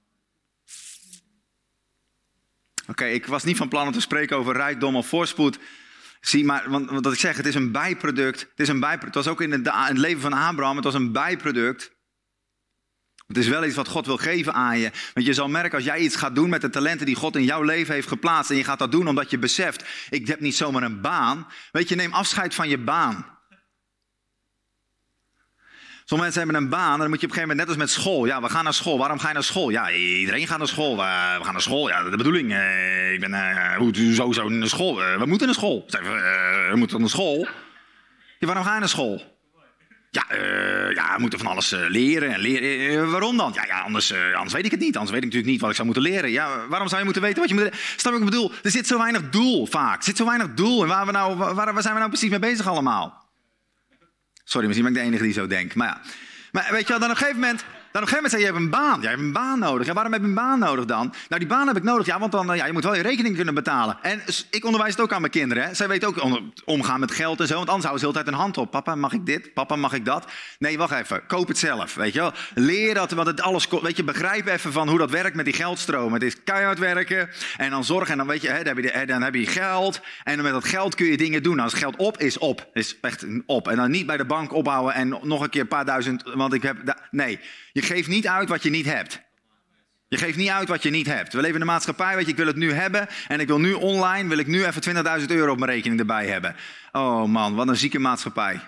Oké, ik was niet van plan om te spreken over rijkdom of voorspoed. Zie maar, want wat ik zeg, het is een bijproduct. Het was ook in het leven van Abraham, het was een bijproduct. Het is wel iets wat God wil geven aan je. Want je zal merken als jij iets gaat doen met de talenten die God in jouw leven heeft geplaatst. En je gaat dat doen omdat je beseft, ik heb niet zomaar een baan. Weet je, neem afscheid van je baan. Sommige mensen hebben een baan en dan moet je op een gegeven moment, net als met school. Ja, we gaan naar school. Waarom ga je naar school? Ja, iedereen gaat naar school. We gaan naar school. Ja, dat is de bedoeling. Ik ben sowieso naar school. We moeten naar school. We moeten naar school. Ja, waarom ga je naar school? Ja, we moeten van alles leren. En leren. Waarom dan? Ja, anders weet ik het niet. Anders weet ik natuurlijk niet wat ik zou moeten leren. Ja, waarom zou je moeten weten wat je moet leren? Snap je wat ik bedoel? Er zit zo weinig doel vaak. Er zit zo weinig doel. En waar zijn we nou precies mee bezig allemaal? Sorry, misschien ben ik de enige die zo denkt. Maar weet je wel, dan op een gegeven moment zei je hebt een baan. Jij hebt een baan nodig. En waarom heb je een baan nodig dan? Nou, die baan heb ik nodig. Ja, want dan, je moet wel je rekening kunnen betalen. En ik onderwijs het ook aan mijn kinderen. Hè. Zij weten ook omgaan met geld en zo. Want anders houden ze de hele tijd een hand op. Papa, mag ik dit? Papa, mag ik dat? Nee, wacht even. Koop het zelf. Weet je wel. Leer dat, want het alles kost. Weet je, begrijp even van hoe dat werkt met die geldstromen. Het is keihard werken. En dan zorgen. En dan weet je, dan heb je geld. En met dat geld kun je dingen doen. Als het geld op is op. Is echt op. En dan niet bij de bank ophouden en nog een keer een paar duizend. Want ik heb. Nee. Je geeft niet uit wat je niet hebt. Je geeft niet uit wat je niet hebt. We leven in een maatschappij, weet je, ik wil het nu hebben. En ik wil nu online, wil ik nu even €20.000 op mijn rekening erbij hebben. Oh man, wat een zieke maatschappij.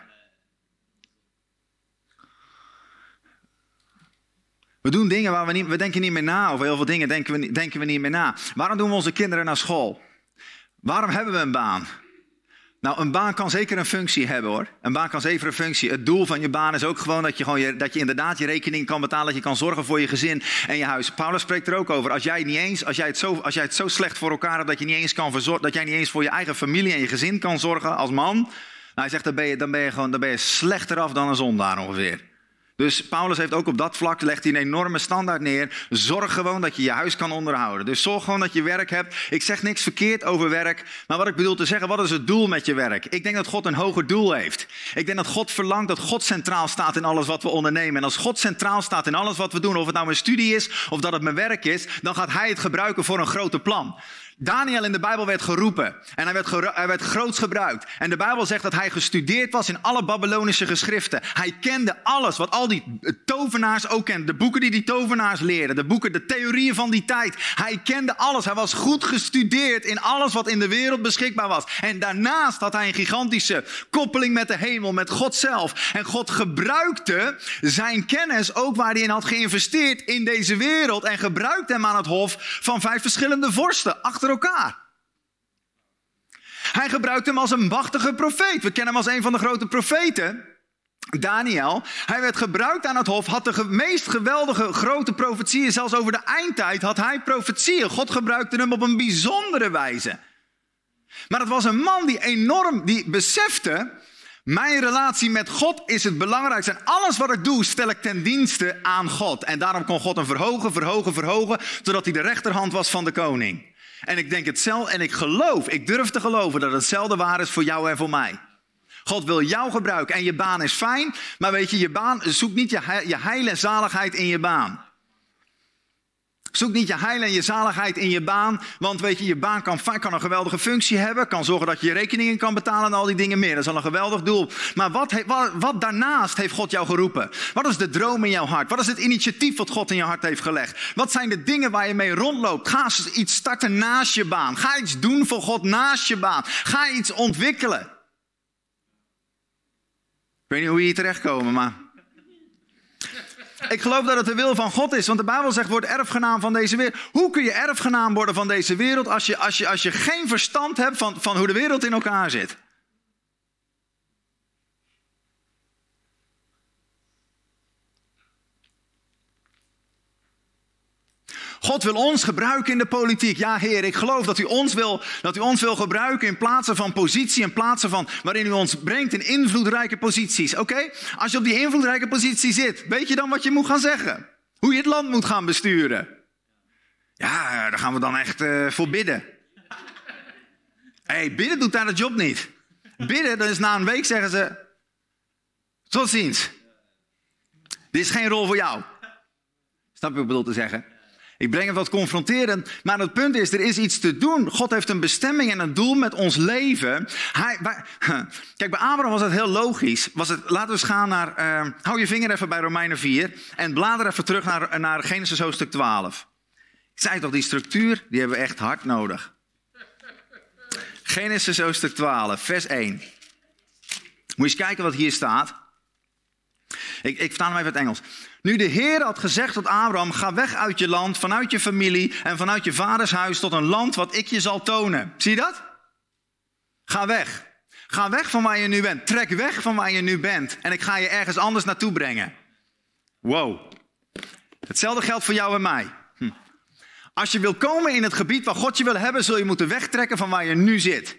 We doen dingen waar we denken niet meer na. Over heel veel dingen denken we niet meer na. Waarom doen we onze kinderen naar school? Waarom hebben we een baan? Nou, een baan kan zeker een functie hebben, hoor. Een baan kan zeker een functie. Het doel van je baan is ook gewoon dat je inderdaad je rekening kan betalen. Dat je kan zorgen voor je gezin en je huis. Paulus spreekt er ook over. Als jij het zo slecht voor elkaar hebt dat je niet eens kan verzorgen, dat jij niet eens voor je eigen familie en je gezin kan zorgen als man. Nou, hij zegt, dan ben je slechter af dan een zondaar ongeveer. Dus Paulus heeft ook op dat vlak, legt hij een enorme standaard neer. Zorg gewoon dat je je huis kan onderhouden. Dus zorg gewoon dat je werk hebt. Ik zeg niks verkeerd over werk. Maar wat ik bedoel te zeggen, wat is het doel met je werk? Ik denk dat God een hoger doel heeft. Ik denk dat God verlangt dat God centraal staat in alles wat we ondernemen. En als God centraal staat in alles wat we doen, of het nou een studie is of dat het mijn werk is, dan gaat hij het gebruiken voor een groter plan. Daniel in de Bijbel werd geroepen en hij werd groots gebruikt. En de Bijbel zegt dat hij gestudeerd was in alle Babylonische geschriften. Hij kende alles wat al die tovenaars ook kenden. De boeken die tovenaars leerden, de theorieën van die tijd. Hij kende alles. Hij was goed gestudeerd in alles wat in de wereld beschikbaar was. En daarnaast had hij een gigantische koppeling met de hemel, met God zelf. En God gebruikte zijn kennis ook waar hij in had geïnvesteerd in deze wereld. En gebruikte hem aan het hof van 5 verschillende vorsten achter elkaar. Hij gebruikt hem als een machtige profeet. We kennen hem als een van de grote profeten. Daniel. Hij werd gebruikt aan het hof. Had de meest geweldige grote profetieën. Zelfs over de eindtijd had hij profetieën. God gebruikte hem op een bijzondere wijze. Maar het was een man die besefte, mijn relatie met God is het belangrijkste. En alles wat ik doe, stel ik ten dienste aan God. En daarom kon God hem verhogen. Zodat hij de rechterhand was van de koning. En ik denk hetzelfde en ik durf te geloven dat hetzelfde waar is voor jou en voor mij. God wil jou gebruiken en je baan is fijn, maar weet je, je baan, zoek niet je heil en zaligheid in je baan. Zoek niet je heil en je zaligheid in je baan, want weet je, je baan kan een geweldige functie hebben, kan zorgen dat je je rekeningen kan betalen en al die dingen meer. Dat is al een geweldig doel. Maar wat daarnaast heeft God jou geroepen? Wat is de droom in jouw hart? Wat is het initiatief wat God in je hart heeft gelegd? Wat zijn de dingen waar je mee rondloopt? Ga iets starten naast je baan. Ga iets doen voor God naast je baan. Ga iets ontwikkelen. Ik weet niet hoe we hier terechtkomen, maar ik geloof dat het de wil van God is. Want de Bijbel zegt, word erfgenaam van deze wereld. Hoe kun je erfgenaam worden van deze wereld als je geen verstand hebt van hoe de wereld in elkaar zit? God wil ons gebruiken in de politiek. Ja, Heer, ik geloof dat u ons wil gebruiken in plaatsen van positie, in plaatsen van waarin u ons brengt in invloedrijke posities. Oké? Als je op die invloedrijke positie zit, weet je dan wat je moet gaan zeggen? Hoe je het land moet gaan besturen? Ja, daar gaan we dan echt voor bidden. Bidden doet daar de job niet. Bidden, dat is na een week zeggen ze, tot ziens. Dit is geen rol voor jou. Snap je wat ik bedoel te zeggen? Ik breng het wat confronterend, maar het punt is, er is iets te doen. God heeft een bestemming en een doel met ons leven. Kijk, bij Abraham was het heel logisch. Laten we eens gaan naar, hou je vinger even bij Romeinen 4 en blader even terug naar Genesis hoofdstuk 12. Ik zei toch, die structuur, die hebben we echt hard nodig. Genesis hoofdstuk 12, vers 1. Moet je eens kijken wat hier staat. Ik vertaal hem even uit het Engels. Nu de Heer had gezegd tot Abraham, ga weg uit je land, vanuit je familie en vanuit je vaders huis tot een land wat ik je zal tonen. Zie je dat? Ga weg. Ga weg van waar je nu bent. Trek weg van waar je nu bent. En ik ga je ergens anders naartoe brengen. Wow. Hetzelfde geldt voor jou en mij. Als je wil komen in het gebied waar God je wil hebben, zul je moeten wegtrekken van waar je nu zit.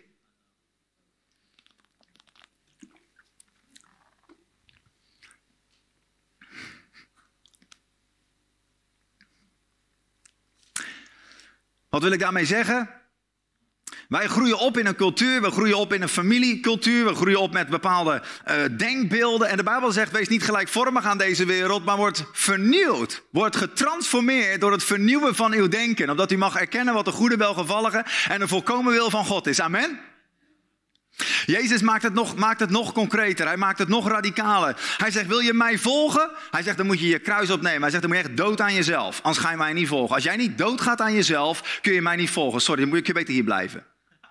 Wat wil ik daarmee zeggen? Wij groeien op in een cultuur, we groeien op in een familiecultuur, we groeien op met bepaalde denkbeelden. En de Bijbel zegt, wees niet gelijkvormig aan deze wereld, maar word vernieuwd. Word getransformeerd door het vernieuwen van uw denken. Opdat u mag erkennen wat de goede, welgevallige en de volkomen wil van God is. Amen? Jezus maakt het nog concreter. Hij maakt het nog radicaler. Hij zegt, wil je mij volgen? Hij zegt, dan moet je je kruis opnemen. Hij zegt, dan moet je echt dood aan jezelf. Anders ga je mij niet volgen. Als jij niet doodgaat aan jezelf, kun je mij niet volgen. Sorry, dan moet je beter hier blijven.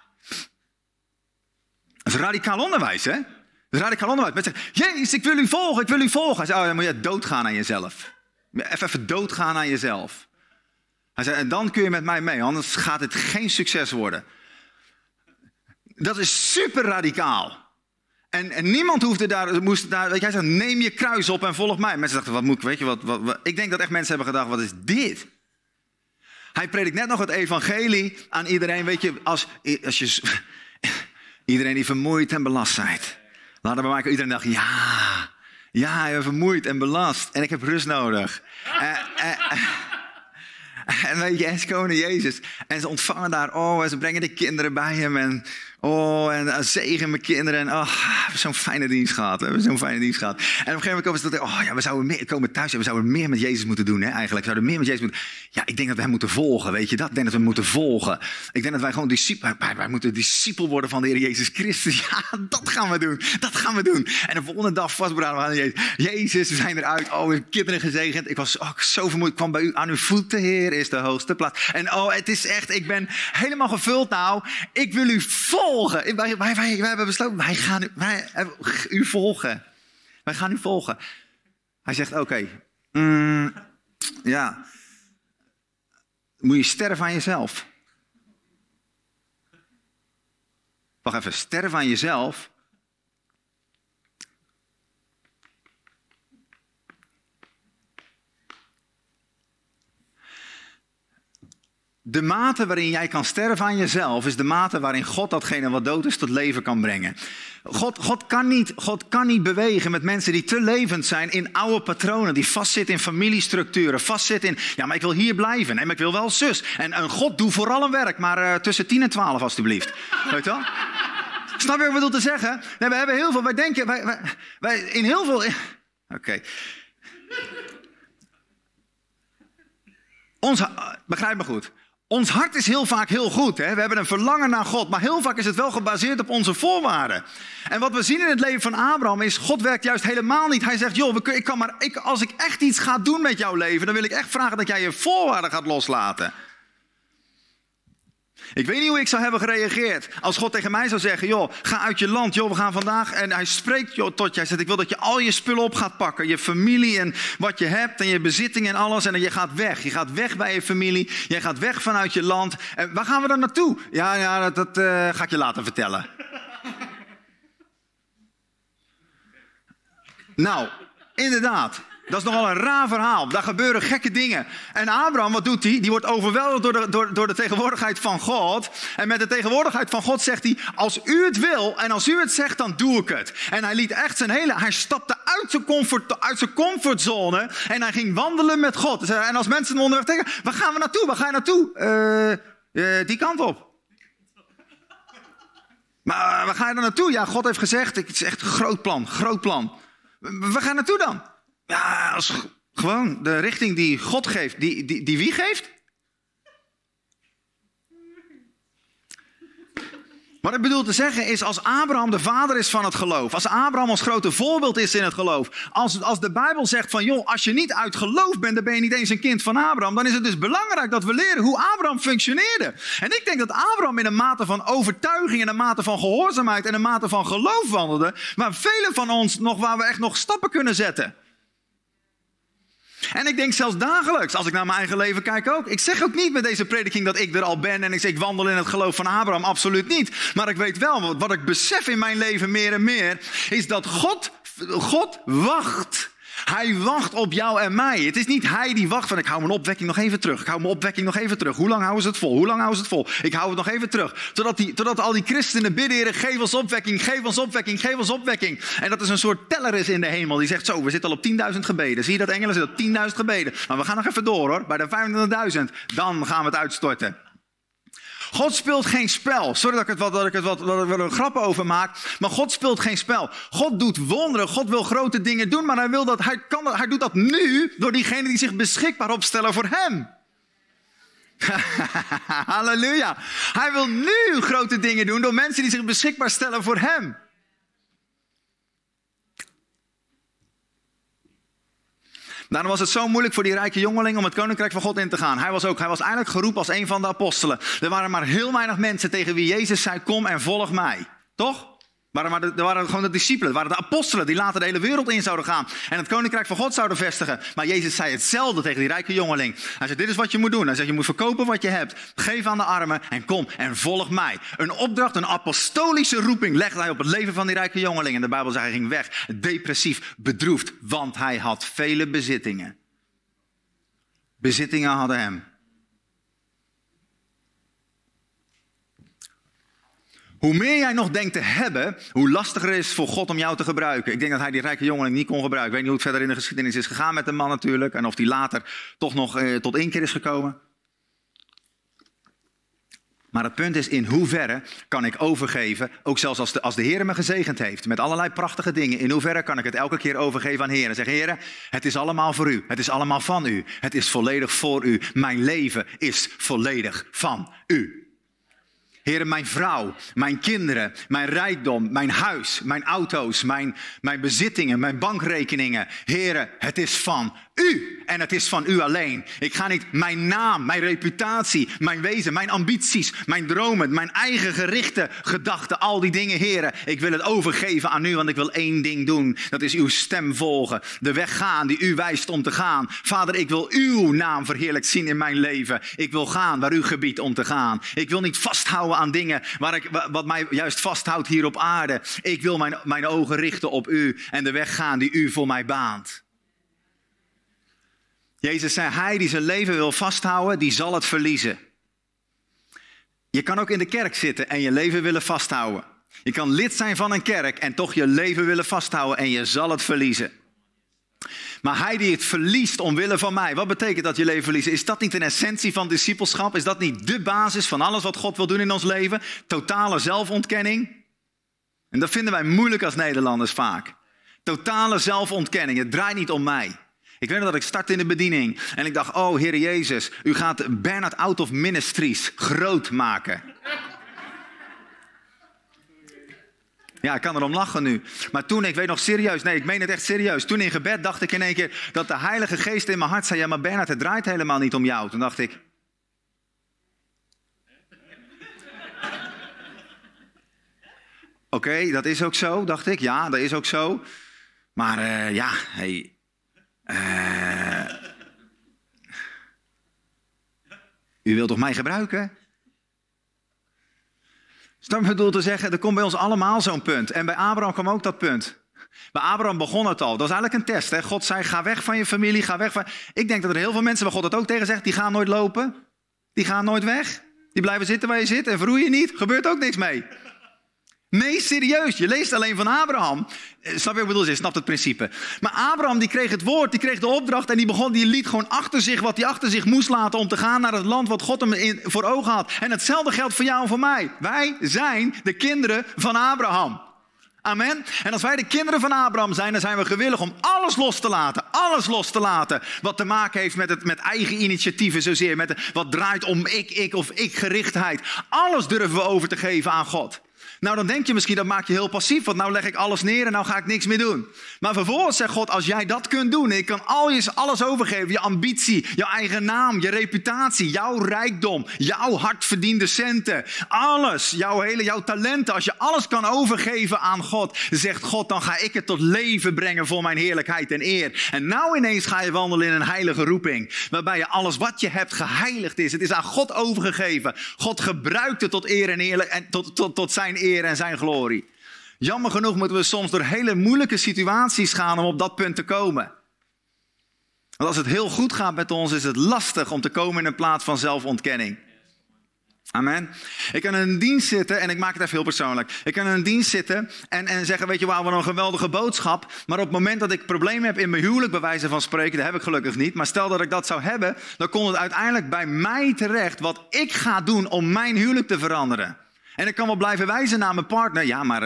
Dat is radicaal onderwijs, hè? Dat is radicaal onderwijs. Mensen zeggen, Jezus, ik wil u volgen, ik wil u volgen. Hij zegt, oh, dan moet je doodgaan aan jezelf. Even doodgaan aan jezelf. Hij zegt, en dan kun je met mij mee, anders gaat het geen succes worden. Dat is super radicaal. En niemand moest daar, weet je, hij zegt, neem je kruis op en volg mij. Mensen dachten, wat moet ik, weet je wat? Ik denk dat echt mensen hebben gedacht, wat is dit? Hij predikt net nog het evangelie aan iedereen. Weet je, als je iedereen die vermoeid en belast zijt. Laten we maken, iedereen dacht, ja, ik ben vermoeid en belast. En ik heb rust nodig. En weet je, en ze komen naar Jezus. En ze ontvangen daar, en ze brengen de kinderen bij hem. En zegen mijn kinderen. En we hebben zo'n fijne dienst gehad. En op een gegeven moment komen ze tot, we zouden komen thuis. We zouden meer met Jezus moeten doen, hè, eigenlijk. We zouden meer met Jezus moeten. Ja, ik denk dat we hem moeten volgen, weet je dat? Ik denk dat we hem moeten volgen. Ik denk dat wij gewoon wij moeten discipel worden van de Heer Jezus Christus. Ja, dat gaan we doen. Dat gaan we doen. En de volgende dag vastberaden we aan Jezus. Jezus, we zijn eruit. We kinderen gezegend. Ik was zo vermoeid. Ik kwam bij u aan uw voeten, Heer, is de hoogste plaats. En het is echt, ik ben helemaal gevuld nou. Ik wil u volgen. Wij hebben besloten, wij gaan u volgen. Wij gaan u volgen. Hij zegt, oké. Moet je sterven aan jezelf. Wacht even, sterven aan jezelf. De mate waarin jij kan sterven aan jezelf is de mate waarin God datgene wat dood is tot leven kan brengen. God kan niet bewegen met mensen die te levend zijn in oude patronen, die vastzitten in familiestructuren, vastzitten in, ja, maar ik wil hier blijven en ik wil wel zus. En God, doe vooral een werk, maar tussen 10 en 12 alstublieft. Weet je wel? Snap je wat ik bedoel te zeggen? Nee, we hebben heel veel, wij denken, wij in heel veel... Oké. Begrijp me goed. Ons hart is heel vaak heel goed. Hè? We hebben een verlangen naar God. Maar heel vaak is het wel gebaseerd op onze voorwaarden. En wat we zien in het leven van Abraham is, God werkt juist helemaal niet. Hij zegt, joh, als ik echt iets ga doen met jouw leven, dan wil ik echt vragen dat jij je voorwaarden gaat loslaten. Ik weet niet hoe ik zou hebben gereageerd als God tegen mij zou zeggen, joh, ga uit je land, joh, we gaan vandaag. En hij spreekt tot je, hij zegt, ik wil dat je al je spullen op gaat pakken. Je familie en wat je hebt en je bezittingen en alles. En je gaat weg. Je gaat weg bij je familie. Je gaat weg vanuit je land. En waar gaan we dan naartoe? Ja, dat ga ik je later vertellen. Nou, inderdaad. Dat is nogal een raar verhaal. Daar gebeuren gekke dingen. En Abraham, wat doet hij? Die wordt overweldigd door de tegenwoordigheid van God. En met de tegenwoordigheid van God zegt hij, als u het wil en als u het zegt, dan doe ik het. En hij liet echt hij stapte uit zijn comfortzone en hij ging wandelen met God. En als mensen hem onderweg tegen, waar gaan we naartoe? Waar ga je naartoe? Die kant op. Maar waar ga je dan naartoe? Ja, God heeft gezegd, het is echt een groot plan. Waar ga je naartoe dan? Ja, gewoon de richting die God geeft. Die wie geeft? Wat ik bedoel te zeggen is, als Abraham de vader is van het geloof, als Abraham ons grote voorbeeld is in het geloof, als de Bijbel zegt van, joh, als je niet uit geloof bent, dan ben je niet eens een kind van Abraham, dan is het dus belangrijk dat we leren hoe Abraham functioneerde. En ik denk dat Abraham in een mate van overtuiging, in een mate van gehoorzaamheid en een mate van geloof wandelde, maar velen van ons waar we echt nog stappen kunnen zetten. En ik denk zelfs dagelijks, als ik naar mijn eigen leven kijk ook. Ik zeg ook niet met deze prediking dat ik er al ben en ik wandel in het geloof van Abraham. Absoluut niet. Maar ik weet wel, wat ik besef in mijn leven meer en meer, is dat God wacht. Hij wacht op jou en mij. Het is niet hij die wacht van ik hou mijn opwekking nog even terug. Ik hou mijn opwekking nog even terug. Hoe lang houden ze het vol? Hoe lang houden ze het vol? Ik hou het nog even terug. Totdat al die christenen bidden, Heer, geef ons opwekking, geef ons opwekking, geef ons opwekking. En dat is een soort teller is in de hemel. Die zegt zo, we zitten al op 10.000 gebeden. Zie je dat engelen zitten op 10.000 gebeden. Maar we gaan nog even door hoor. Bij de 25.000, dan gaan we het uitstorten. God speelt geen spel. Sorry dat ik er grappen over maak. Maar God speelt geen spel. God doet wonderen. God wil grote dingen doen. Maar hij doet dat nu door diegenen die zich beschikbaar opstellen voor hem. Halleluja. Hij wil nu grote dingen doen door mensen die zich beschikbaar stellen voor hem. Daarom was het zo moeilijk voor die rijke jongeling om het koninkrijk van God in te gaan. Hij was eigenlijk geroepen als een van de apostelen. Er waren maar heel weinig mensen tegen wie Jezus zei, kom en volg mij. Toch? Er waren gewoon de discipelen, het waren de apostelen die later de hele wereld in zouden gaan. En het koninkrijk van God zouden vestigen. Maar Jezus zei hetzelfde tegen die rijke jongeling. Hij zei, dit is wat je moet doen. Hij zei, je moet verkopen wat je hebt. Geef aan de armen en kom en volg mij. Een opdracht, een apostolische roeping legde hij op het leven van die rijke jongeling. En de Bijbel zegt, hij ging weg, depressief, bedroefd. Want hij had vele bezittingen. Bezittingen hadden hem. Hoe meer jij nog denkt te hebben, hoe lastiger is het voor God om jou te gebruiken. Ik denk dat hij die rijke jongeling niet kon gebruiken. Ik weet niet hoe het verder in de geschiedenis is gegaan met de man natuurlijk. En of die later toch nog tot inkeer is gekomen. Maar het punt is, in hoeverre kan ik overgeven, ook zelfs als de Heer me gezegend heeft, met allerlei prachtige dingen, in hoeverre kan ik het elke keer overgeven aan Heer en zeggen, Heer, het is allemaal voor u, het is allemaal van u, het is volledig voor u, mijn leven is volledig van u. Heer, mijn vrouw, mijn kinderen, mijn rijkdom, mijn huis, mijn auto's, mijn bezittingen, mijn bankrekeningen. Heer, het is van u en het is van u alleen. Ik ga niet mijn naam, mijn reputatie, mijn wezen, mijn ambities, mijn dromen, mijn eigen gerichte gedachten, al die dingen, Heer. Ik wil het overgeven aan u, want ik wil één ding doen. Dat is uw stem volgen, de weg gaan die u wijst om te gaan. Vader, ik wil uw naam verheerlijkt zien in mijn leven. Ik wil gaan waar u gebiedt om te gaan. Ik wil niet vasthouden aan dingen wat mij juist vasthoudt hier op aarde. Ik wil mijn ogen richten op u en de weg gaan die u voor mij baant. Jezus zei, hij die zijn leven wil vasthouden, die zal het verliezen. Je kan ook in de kerk zitten en je leven willen vasthouden. Je kan lid zijn van een kerk en toch je leven willen vasthouden en je zal het verliezen. Maar hij die het verliest omwille van mij, wat betekent dat je leven verliezen? Is dat niet een essentie van discipelschap? Is dat niet de basis van alles wat God wil doen in ons leven? Totale zelfontkenning? En dat vinden wij moeilijk als Nederlanders vaak. Totale zelfontkenning, het draait niet om mij. Ik weet nog dat ik startte in de bediening en ik dacht, oh Heer Jezus, u gaat Bernard Out of Ministries groot maken. Ja, ik kan erom lachen nu. Maar toen, ik weet nog serieus, nee, ik meen het echt serieus. Toen in gebed dacht ik in één keer dat de Heilige Geest in mijn hart zei, ja maar Bernard, het draait helemaal niet om jou. Toen dacht ik, oké, dat is ook zo, dacht ik. Ja, dat is ook zo. Maar u wilt toch mij gebruiken? Snap je wat ik bedoel te zeggen? Er komt bij ons allemaal zo'n punt. En bij Abraham kwam ook dat punt. Bij Abraham begon het al. Dat was eigenlijk een test. Hè? God zei, ga weg van je familie, ga weg van... Ik denk dat er heel veel mensen waar God het ook tegen zegt, die gaan nooit lopen. Die gaan nooit weg. Die blijven zitten waar je zit en verroeien niet. Gebeurt ook niks mee. Nee, serieus. Je leest alleen van Abraham. Snap je wat ik bedoel? Je snapt het principe. Maar Abraham die kreeg het woord, die kreeg de opdracht... en die liet gewoon achter zich wat hij achter zich moest laten... om te gaan naar het land wat God hem voor ogen had. En hetzelfde geldt voor jou en voor mij. Wij zijn de kinderen van Abraham. Amen. En als wij de kinderen van Abraham zijn... dan zijn we gewillig om alles los te laten. Alles los te laten. Wat te maken heeft met eigen initiatieven zozeer. Met wat draait om ik of ik-gerichtheid. Alles durven we over te geven aan God. Nou, dan denk je misschien, dat maakt je heel passief, want nou leg ik alles neer en nou ga ik niks meer doen. Maar vervolgens zegt God, als jij dat kunt doen, en ik kan alles overgeven, je ambitie, jouw eigen naam, je reputatie, jouw rijkdom, jouw hardverdiende centen, alles, jouw talenten, als je alles kan overgeven aan God, zegt God, dan ga ik het tot leven brengen voor mijn heerlijkheid en eer. En nou ineens ga je wandelen in een heilige roeping, waarbij je alles wat je hebt geheiligd is. Het is aan God overgegeven. God gebruikt het tot eer en eerlijk en tot zijn eer en zijn glorie. Jammer genoeg moeten we soms door hele moeilijke situaties gaan om op dat punt te komen. Want als het heel goed gaat met ons, is het lastig om te komen in een plaats van zelfontkenning. Amen. Ik kan in een dienst zitten, en ik maak het even heel persoonlijk. Ik kan in een dienst zitten en zeggen, weet je, wauw, wat een geweldige boodschap. Maar op het moment dat ik problemen heb in mijn huwelijk, bij wijze van spreken, dat heb ik gelukkig niet. Maar stel dat ik dat zou hebben, dan komt het uiteindelijk bij mij terecht wat ik ga doen om mijn huwelijk te veranderen. En ik kan wel blijven wijzen naar mijn partner. Ja, maar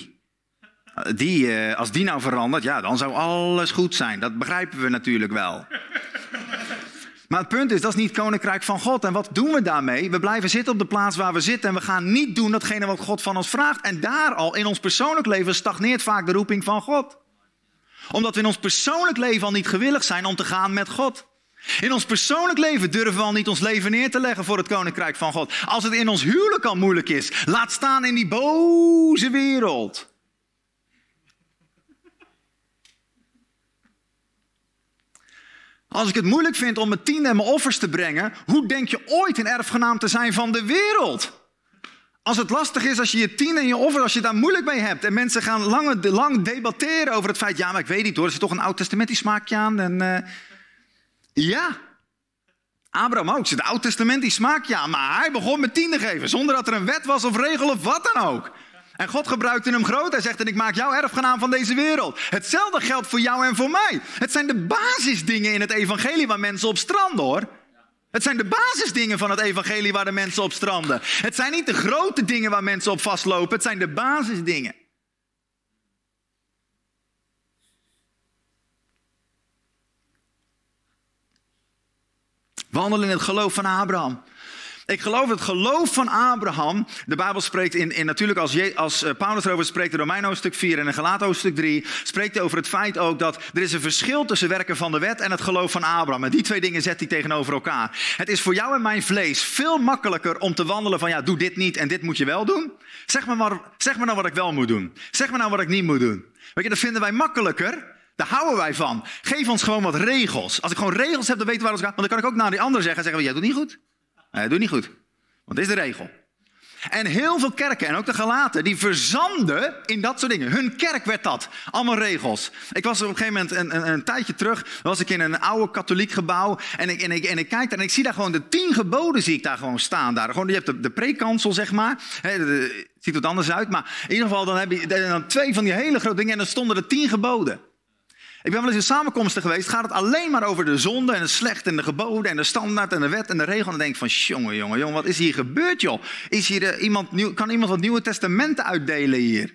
als die nou verandert, ja, dan zou alles goed zijn. Dat begrijpen we natuurlijk wel. Maar het punt is, dat is niet het koninkrijk van God. En wat doen we daarmee? We blijven zitten op de plaats waar we zitten. En we gaan niet doen datgene wat God van ons vraagt. En daar al, in ons persoonlijk leven, stagneert vaak de roeping van God. Omdat we in ons persoonlijk leven al niet gewillig zijn om te gaan met God. In ons persoonlijk leven durven we al niet ons leven neer te leggen voor het koninkrijk van God. Als het in ons huwelijk al moeilijk is, laat staan in die boze wereld. Als ik het moeilijk vind om mijn tiende en mijn offers te brengen, hoe denk je ooit een erfgenaam te zijn van de wereld? Als het lastig is, als je je tiende en je offers, als je daar moeilijk mee hebt en mensen gaan lang debatteren over het feit, ja, maar ik weet niet hoor, er zit toch een oud-testamentisch smaakje aan en... Ja, Abraham ook, zit een oud-testamentisch smaakje aan, maar hij begon met tiende geven, zonder dat er een wet was of regel of wat dan ook. En God gebruikte hem groot. Hij zegt, en ik maak jou erfgenaam van deze wereld. Hetzelfde geldt voor jou en voor mij. Het zijn de basisdingen in het evangelie waar mensen op stranden, hoor. Het zijn de basisdingen van het evangelie waar de mensen op stranden. Het zijn niet de grote dingen waar mensen op vastlopen. Het zijn de basisdingen. Wandelen in het geloof van Abraham. Ik geloof het geloof van Abraham. De Bijbel spreekt natuurlijk als Paulus erover spreekt in Romeinen hoofdstuk 4 en in Galaten hoofdstuk 3... spreekt hij over het feit ook dat er is een verschil tussen werken van de wet en het geloof van Abraham. En die twee dingen zet hij tegenover elkaar. Het is voor jou en mijn vlees veel makkelijker om te wandelen van, ja, doe dit niet en dit moet je wel doen. Zeg me nou wat ik wel moet doen. Zeg me nou wat ik niet moet doen. Weet je, dat vinden wij makkelijker. Daar houden wij van. Geef ons gewoon wat regels. Als ik gewoon regels heb, dan weten we waar het gaat. Want dan kan ik ook naar die ander zeggen, jij doet niet goed. Nee, doe niet goed. Want dit is de regel. En heel veel kerken, en ook de Galaten, die verzanden in dat soort dingen. Hun kerk werd dat. Allemaal regels. Ik was op een gegeven moment, een tijdje terug, was ik in een oude katholiek gebouw. En ik kijk daar en ik zie daar gewoon de 10 geboden zie ik daar gewoon staan. Daar. Gewoon, je hebt de preekansel, zeg maar. Het ziet er anders uit. Maar in ieder geval, dan heb je dan 2 van die hele grote dingen. En dan stonden er 10 geboden. Ik ben wel eens in samenkomsten geweest, gaat het alleen maar over de zonde en het slecht en de geboden en de standaard en de wet en de regel. En dan denk ik van, jongen, wat is hier gebeurd, joh? Is hier kan iemand wat Nieuwe Testamenten uitdelen hier?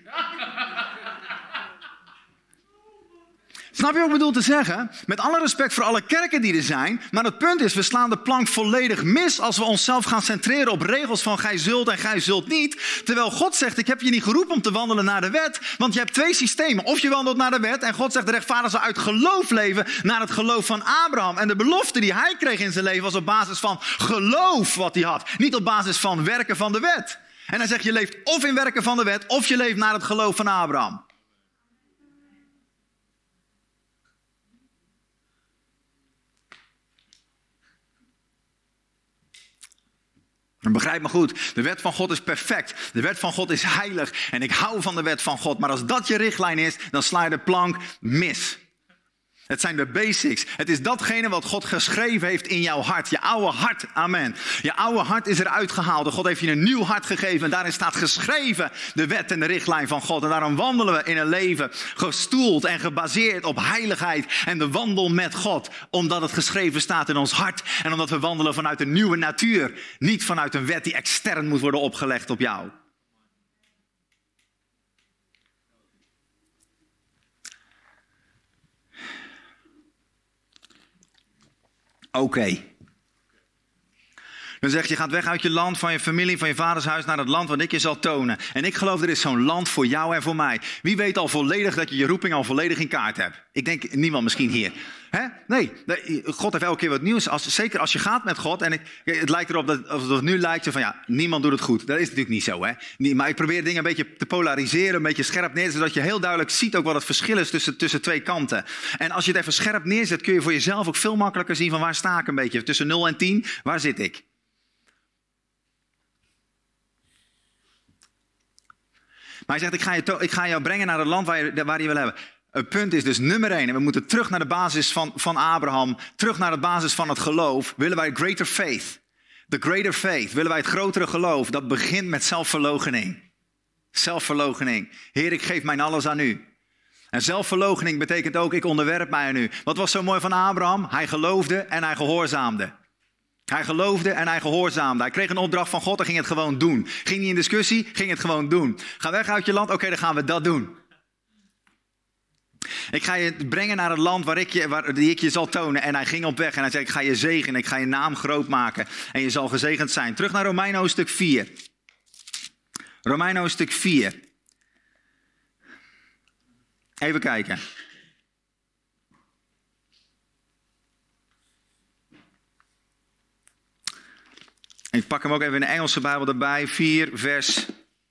Snap je wat ik bedoel te zeggen? Met alle respect voor alle kerken die er zijn. Maar het punt is, we slaan de plank volledig mis als we onszelf gaan centreren op regels van gij zult en gij zult niet. Terwijl God zegt, ik heb je niet geroepen om te wandelen naar de wet. Want je hebt 2 systemen. Of je wandelt naar de wet en God zegt, de rechtvaardige zal uit geloof leven naar het geloof van Abraham. En de belofte die hij kreeg in zijn leven was op basis van geloof wat hij had. Niet op basis van werken van de wet. En hij zegt, je leeft of in werken van de wet of je leeft naar het geloof van Abraham. En begrijp me goed, de wet van God is perfect. De wet van God is heilig en ik hou van de wet van God. Maar als dat je richtlijn is, dan sla je de plank mis. Het zijn de basics. Het is datgene wat God geschreven heeft in jouw hart. Je oude hart, amen. Je oude hart is eruit gehaald. En God heeft je een nieuw hart gegeven. En daarin staat geschreven de wet en de richtlijn van God. En daarom wandelen we in een leven gestoeld en gebaseerd op heiligheid. En de wandel met God. Omdat het geschreven staat in ons hart. En omdat we wandelen vanuit een nieuwe natuur. Niet vanuit een wet die extern moet worden opgelegd op jou. Oké. Dan zegt je gaat weg uit je land, van je familie, van je vaders huis naar het land wat ik je zal tonen. En ik geloof er is zo'n land voor jou en voor mij. Wie weet al volledig dat je je roeping al volledig in kaart hebt? Ik denk niemand misschien hier. Hè? Nee, God heeft elke keer wat nieuws. Zeker als je gaat met God. En het lijkt erop dat het nu lijkt van ja, niemand doet het goed. Dat is natuurlijk niet zo. Hè? Maar ik probeer dingen een beetje te polariseren, een beetje scherp neer, zodat je heel duidelijk ziet ook wat het verschil is tussen twee kanten. En als je het even scherp neerzet, kun je voor jezelf ook veel makkelijker zien van waar sta ik een beetje. Tussen 0 en 10, waar zit ik? Maar hij zegt, ik ga jou brengen naar het land waar je wil hebben. Het punt is dus nummer 1. En we moeten terug naar de basis van Abraham. Terug naar de basis van het geloof. Willen wij greater faith? The greater faith. Willen wij het grotere geloof? Dat begint met zelfverloochening. Zelfverloochening. Heer, ik geef mijn alles aan u. En zelfverloochening betekent ook, ik onderwerp mij aan u. Wat was zo mooi van Abraham? Hij geloofde en hij gehoorzaamde. Hij geloofde en hij gehoorzaamde. Hij kreeg een opdracht van God en ging het gewoon doen. Ging niet in discussie, ging het gewoon doen. Ga weg uit je land, oké, dan gaan we dat doen. Ik ga je brengen naar het land die ik je zal tonen. En hij ging op weg en hij zei, ik ga je zegenen, ik ga je naam groot maken. En je zal gezegend zijn. Terug naar Romeinen hoofdstuk 4. Romeinen hoofdstuk 4. Even kijken. Ik pak hem ook even in de Engelse Bijbel erbij. 4 vers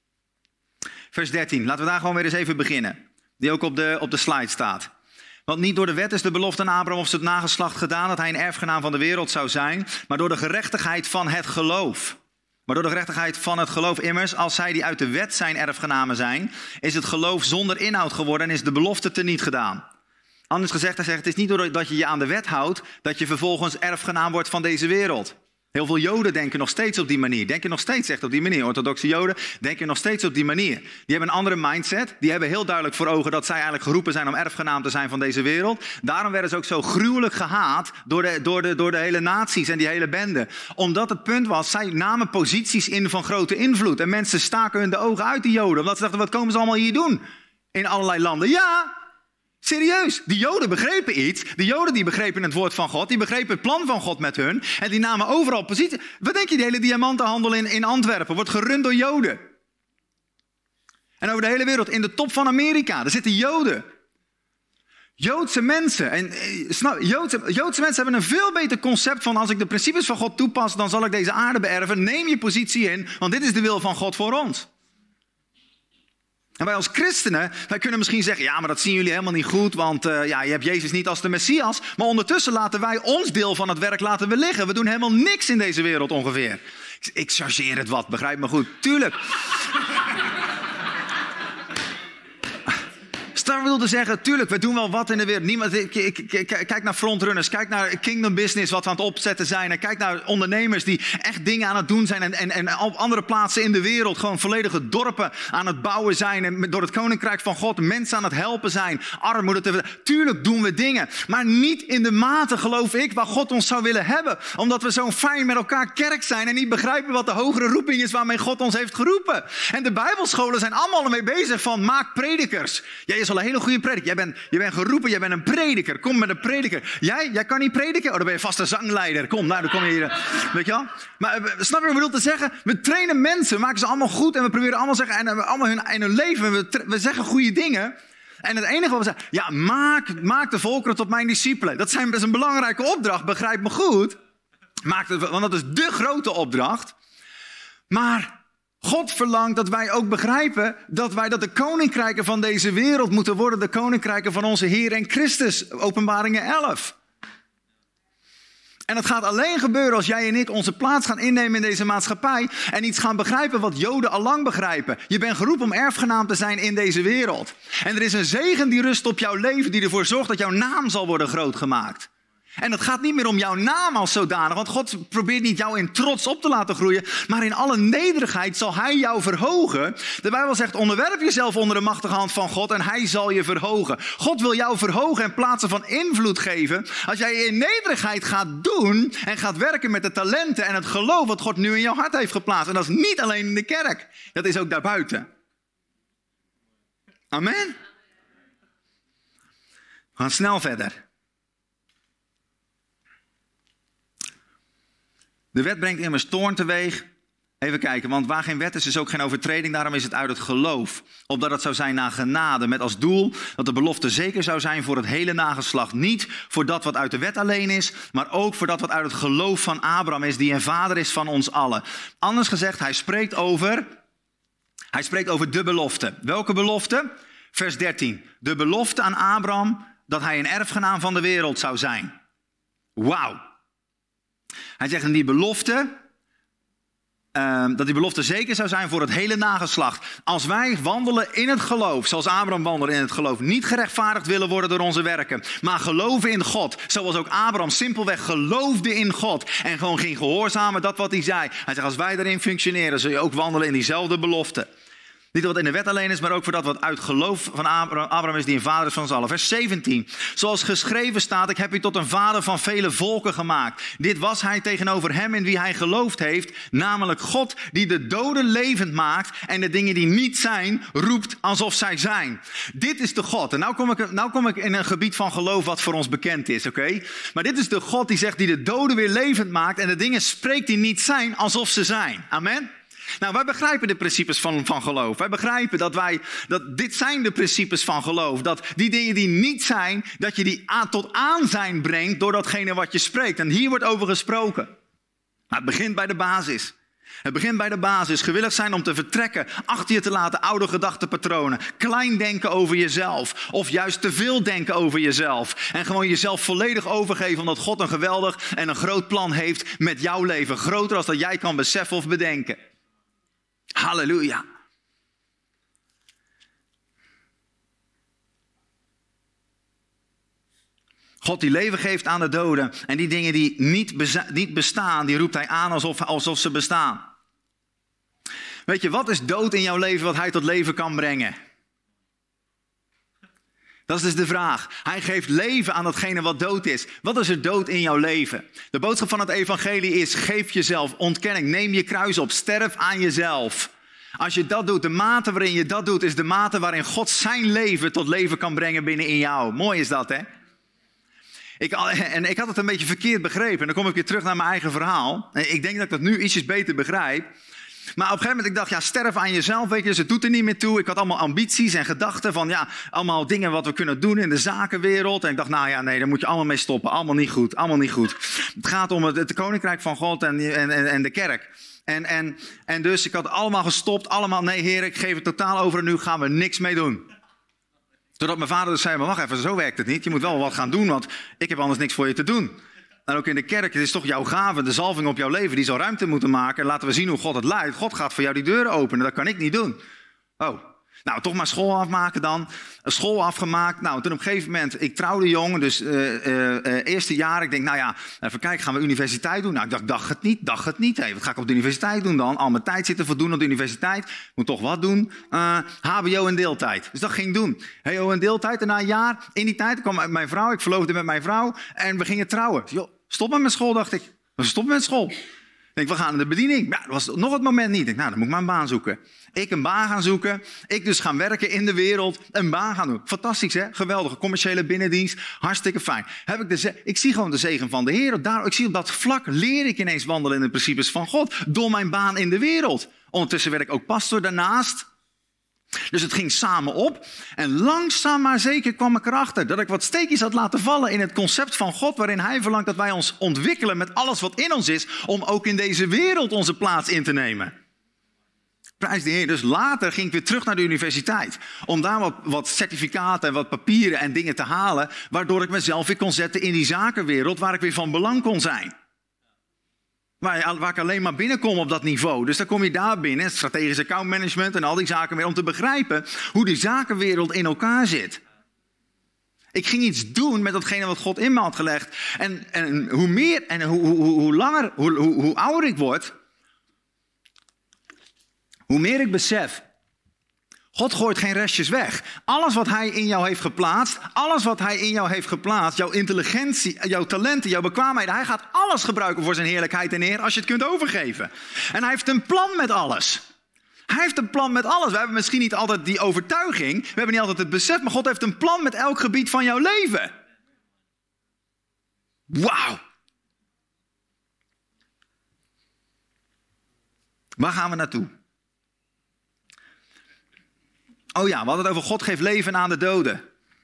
13. Laten we daar gewoon weer eens even beginnen. Die ook op de slide staat. Want niet door de wet is de belofte aan Abraham of zijn nageslacht gedaan dat hij een erfgenaam van de wereld zou zijn. Maar door de gerechtigheid van het geloof. Maar door de gerechtigheid van het geloof immers, als zij die uit de wet zijn erfgenamen zijn, is het geloof zonder inhoud geworden en is de belofte teniet gedaan. Anders gezegd, hij zegt, het is niet doordat je je aan de wet houdt, dat je vervolgens erfgenaam wordt van deze wereld. Heel veel Joden denken nog steeds op die manier. Denken nog steeds echt op die manier. Orthodoxe Joden denken nog steeds op die manier. Die hebben een andere mindset. Die hebben heel duidelijk voor ogen dat zij eigenlijk geroepen zijn om erfgenaam te zijn van deze wereld. Daarom werden ze ook zo gruwelijk gehaat door de hele naties en die hele bende. Omdat het punt was, zij namen posities in van grote invloed. En mensen staken hun de ogen uit, die Joden. Omdat ze dachten, wat komen ze allemaal hier doen? In allerlei landen. Ja! Serieus, die Joden begrepen iets. De Joden die begrepen het woord van God. Die begrepen het plan van God met hun. En die namen overal positie. Wat denk je, de hele diamantenhandel in Antwerpen wordt gerund door Joden. En over de hele wereld, in de top van Amerika, daar zitten Joden. Joodse mensen. En Joodse mensen hebben een veel beter concept van, als ik de principes van God toepas, dan zal ik deze aarde beërven. Neem je positie in, want dit is de wil van God voor ons. En wij als christenen, wij kunnen misschien zeggen, ja, maar dat zien jullie helemaal niet goed, want je hebt Jezus niet als de Messias. Maar ondertussen laten wij ons deel van het werk laten we liggen. We doen helemaal niks in deze wereld ongeveer. Ik chargeer het wat, begrijp me goed. Tuurlijk. Star wilde zeggen, tuurlijk, we doen wel wat in de wereld. Kijk naar frontrunners, kijk naar kingdom business wat we aan het opzetten zijn. En kijk naar ondernemers die echt dingen aan het doen zijn. En op andere plaatsen in de wereld gewoon volledige dorpen aan het bouwen zijn. En door het koninkrijk van God mensen aan het helpen zijn. Armoede tuurlijk doen we dingen. Maar niet in de mate, geloof ik, waar God ons zou willen hebben. Omdat we zo fijn met elkaar kerk zijn en niet begrijpen wat de hogere roeping is waarmee God ons heeft geroepen. En de bijbelscholen zijn allemaal ermee bezig van, maak predikers. Jij is al een hele goede prediker. Je bent geroepen, jij bent een prediker. Kom met een prediker. Jij kan niet prediken? Oh, dan ben je vast een zangleider. Kom, nou, dan kom je hier. Weet je wel? Maar snap je wat ik bedoel te zeggen? We trainen mensen, we maken ze allemaal goed en we proberen allemaal zeggen, en allemaal in hun leven, we zeggen goede dingen. En het enige wat we zeggen, ja, maak de volkeren tot mijn discipelen. Dat is een belangrijke opdracht, begrijp me goed. Want dat is de grote opdracht. Maar God verlangt dat wij ook begrijpen dat de koninkrijken van deze wereld moeten worden de koninkrijken van onze Heer en Christus. Openbaringen 11. En dat gaat alleen gebeuren als jij en ik onze plaats gaan innemen in deze maatschappij en iets gaan begrijpen wat Joden al lang begrijpen. Je bent geroepen om erfgenaam te zijn in deze wereld. En er is een zegen die rust op jouw leven die ervoor zorgt dat jouw naam zal worden groot gemaakt. En het gaat niet meer om jouw naam als zodanig, want God probeert niet jou in trots op te laten groeien, maar in alle nederigheid zal hij jou verhogen. De Bijbel zegt, onderwerp jezelf onder de machtige hand van God en hij zal je verhogen. God wil jou verhogen en plaatsen van invloed geven. Als jij in nederigheid gaat doen en gaat werken met de talenten en het geloof wat God nu in jouw hart heeft geplaatst. En dat is niet alleen in de kerk, dat is ook daarbuiten. Amen. We gaan snel verder. De wet brengt immers toorn teweeg. Even kijken, want waar geen wet is ook geen overtreding. Daarom is het uit het geloof. Opdat het zou zijn naar genade. Met als doel dat de belofte zeker zou zijn voor het hele nageslacht. Niet voor dat wat uit de wet alleen is. Maar ook voor dat wat uit het geloof van Abraham is. Die een vader is van ons allen. Anders gezegd, hij spreekt over de belofte. Welke belofte? Vers 13. De belofte aan Abraham dat hij een erfgenaam van de wereld zou zijn. Wauw. Hij zegt in die belofte... dat die belofte zeker zou zijn voor het hele nageslacht. Als wij wandelen in het geloof, zoals Abraham wandelde in het geloof, niet gerechtvaardigd willen worden door onze werken, maar geloven in God, zoals ook Abraham simpelweg geloofde in God en gewoon ging gehoorzamen dat wat hij zei. Hij zegt, als wij daarin functioneren, zul je ook wandelen in diezelfde belofte. Niet wat in de wet alleen is, maar ook voor dat wat uit geloof van Abraham is, die een vader is van ons allen. Vers 17. Zoals geschreven staat, ik heb u tot een vader van vele volken gemaakt. Dit was hij tegenover hem in wie hij geloofd heeft. Namelijk God die de doden levend maakt en de dingen die niet zijn, roept alsof zij zijn. Dit is de God. En nou kom ik in een gebied van geloof wat voor ons bekend is, oké? Maar dit is de God die zegt, die de doden weer levend maakt en de dingen spreekt die niet zijn alsof ze zijn. Amen? Nou, wij begrijpen de principes van geloof. Wij begrijpen dat dit zijn de principes van geloof. Dat die dingen die niet zijn, dat je die tot aanzijn brengt door datgene wat je spreekt. En hier wordt over gesproken. Maar het begint bij de basis. Het begint bij de basis. Gewillig zijn om te vertrekken, achter je te laten oude gedachtepatronen. Klein denken over jezelf. Of juist te veel denken over jezelf. En gewoon jezelf volledig overgeven omdat God een geweldig en een groot plan heeft met jouw leven. Groter dan dat jij kan beseffen of bedenken. Halleluja. God die leven geeft aan de doden. En die dingen die niet bestaan, die roept hij aan alsof ze bestaan. Weet je, wat is dood in jouw leven wat hij tot leven kan brengen? Dat is dus de vraag. Hij geeft leven aan datgene wat dood is. Wat is er dood in jouw leven? De boodschap van het evangelie is, geef jezelf ontkenning. Neem je kruis op, sterf aan jezelf. Als je dat doet, de mate waarin je dat doet, is de mate waarin God zijn leven tot leven kan brengen binnenin jou. Mooi is dat, hè? Ik had het een beetje verkeerd begrepen. En dan kom ik weer terug naar mijn eigen verhaal. Ik denk dat ik dat nu ietsjes beter begrijp. Maar op een gegeven moment, ik dacht, ja, sterf aan jezelf, weet je, dus het doet er niet meer toe. Ik had allemaal ambities en gedachten van, ja, allemaal dingen wat we kunnen doen in de zakenwereld. En ik dacht, nou ja, nee, daar moet je allemaal mee stoppen. Allemaal niet goed, allemaal niet goed. Het gaat om het koninkrijk van God en de kerk. En dus ik had allemaal gestopt, allemaal, nee heer, ik geef het totaal over en nu gaan we niks mee doen. Totdat mijn vader dus zei, maar wacht even, zo werkt het niet. Je moet wel wat gaan doen, want ik heb anders niks voor je te doen. En ook in de kerk, het is toch jouw gave, de zalving op jouw leven, die zal ruimte moeten maken. En laten we zien hoe God het leidt. God gaat voor jou die deuren openen, dat kan ik niet doen. Oh, nou toch maar school afmaken dan. School afgemaakt. Nou, toen op een gegeven moment, ik trouwde jong, dus eerste jaar. Ik denk, nou ja, even kijken, gaan we universiteit doen? Nou, ik dacht, dacht het niet. Hey, wat ga ik op de universiteit doen dan? Al mijn tijd zitten voldoen op de universiteit. Moet toch wat doen? HBO en deeltijd. Dus dat ging ik doen. HBO en deeltijd. En na een jaar, in die tijd, kwam mijn vrouw, ik verloofde met mijn vrouw. En we gingen trouwen. Joh, stop met mijn school, dacht ik. Stop met school. Ik denk, we gaan naar de bediening. Ja, dat was nog het moment niet. Ik denk, nou, dan moet ik maar een baan zoeken. Ik een baan gaan zoeken. Ik dus gaan werken in de wereld. Een baan gaan doen. Fantastisch, hè? Geweldige commerciële binnendienst. Hartstikke fijn. Ik zie gewoon de zegen van de Heer. Ik zie op dat vlak leer ik ineens wandelen in de principes van God. Door mijn baan in de wereld. Ondertussen werd ik ook pastor daarnaast. Dus het ging samen op. En langzaam maar zeker kwam ik erachter dat ik wat steekjes had laten vallen in het concept van God, waarin hij verlangt dat wij ons ontwikkelen met alles wat in ons is, om ook in deze wereld onze plaats in te nemen. Prijs de Heer. Dus later ging ik weer terug naar de universiteit. Om daar wat certificaten en wat papieren en dingen te halen, waardoor ik mezelf weer kon zetten in die zakenwereld waar ik weer van belang kon zijn. Waar ik alleen maar binnenkom op dat niveau. Dus dan kom je daar binnen, strategisch accountmanagement en al die zaken weer, om te begrijpen hoe die zakenwereld in elkaar zit. Ik ging iets doen met datgene wat God in me had gelegd. En hoe meer en hoe langer, hoe ouder ik word, hoe meer ik besef, God gooit geen restjes weg. Alles wat hij in jou heeft geplaatst, jouw intelligentie, jouw talenten, jouw bekwaamheid, hij gaat alles gebruiken voor zijn heerlijkheid en eer als je het kunt overgeven. En hij heeft een plan met alles. Hij heeft een plan met alles. We hebben misschien niet altijd die overtuiging, we hebben niet altijd het besef, maar God heeft een plan met elk gebied van jouw leven. Wauw. Waar gaan we naartoe? Oh ja, we hadden het over God geeft leven aan de doden.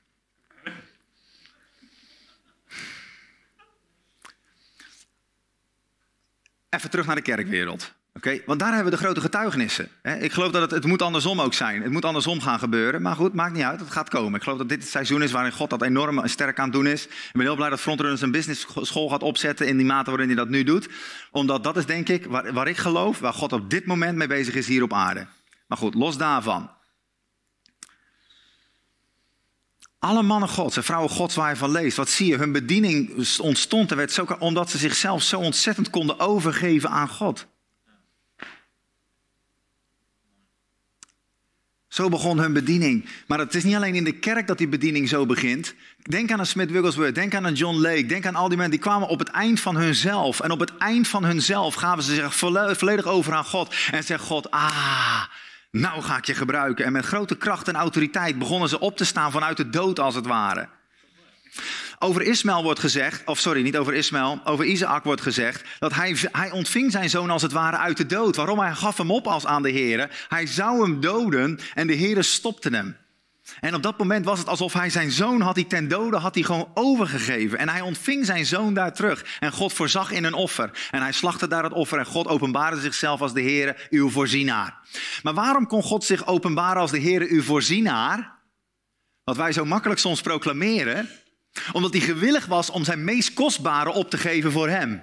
Even terug naar de kerkwereld. Okay? Want daar hebben we de grote getuigenissen. Ik geloof dat het moet andersom ook zijn. Het moet andersom gaan gebeuren. Maar goed, maakt niet uit. Het gaat komen. Ik geloof dat dit het seizoen is waarin God dat enorm en sterk aan het doen is. Ik ben heel blij dat Frontrunners een business school gaat opzetten in die mate waarin hij dat nu doet. Omdat dat is denk ik waar ik geloof, waar God op dit moment mee bezig is hier op aarde. Maar goed, los daarvan. Alle mannen Gods en vrouwen Gods waar je van leest, wat zie je? Hun bediening ontstond en werd zo, omdat ze zichzelf zo ontzettend konden overgeven aan God. Zo begon hun bediening. Maar het is niet alleen in de kerk dat die bediening zo begint. Denk aan een Smith Wigglesworth, denk aan een John Lake, denk aan al die mensen die kwamen op het eind van hunzelf. En op het eind van hunzelf gaven ze zich volledig over aan God. En zegt God, nou ga ik je gebruiken. En met grote kracht en autoriteit begonnen ze op te staan vanuit de dood als het ware. Over Ismaël wordt gezegd, niet over Ismaël, over Isaac wordt gezegd dat hij ontving zijn zoon als het ware uit de dood. Waarom? Hij gaf hem op als aan de Heere. Hij zou hem doden en de Heere stopte hem. En op dat moment was het alsof hij zijn zoon had hij ten dode gewoon overgegeven. En hij ontving zijn zoon daar terug. En God voorzag in een offer. En hij slachtte daar het offer. En God openbaarde zichzelf als de Heere, uw voorzienaar. Maar waarom kon God zich openbaren als de Heere, uw voorzienaar? Wat wij zo makkelijk soms proclameren. Omdat hij gewillig was om zijn meest kostbare op te geven voor hem.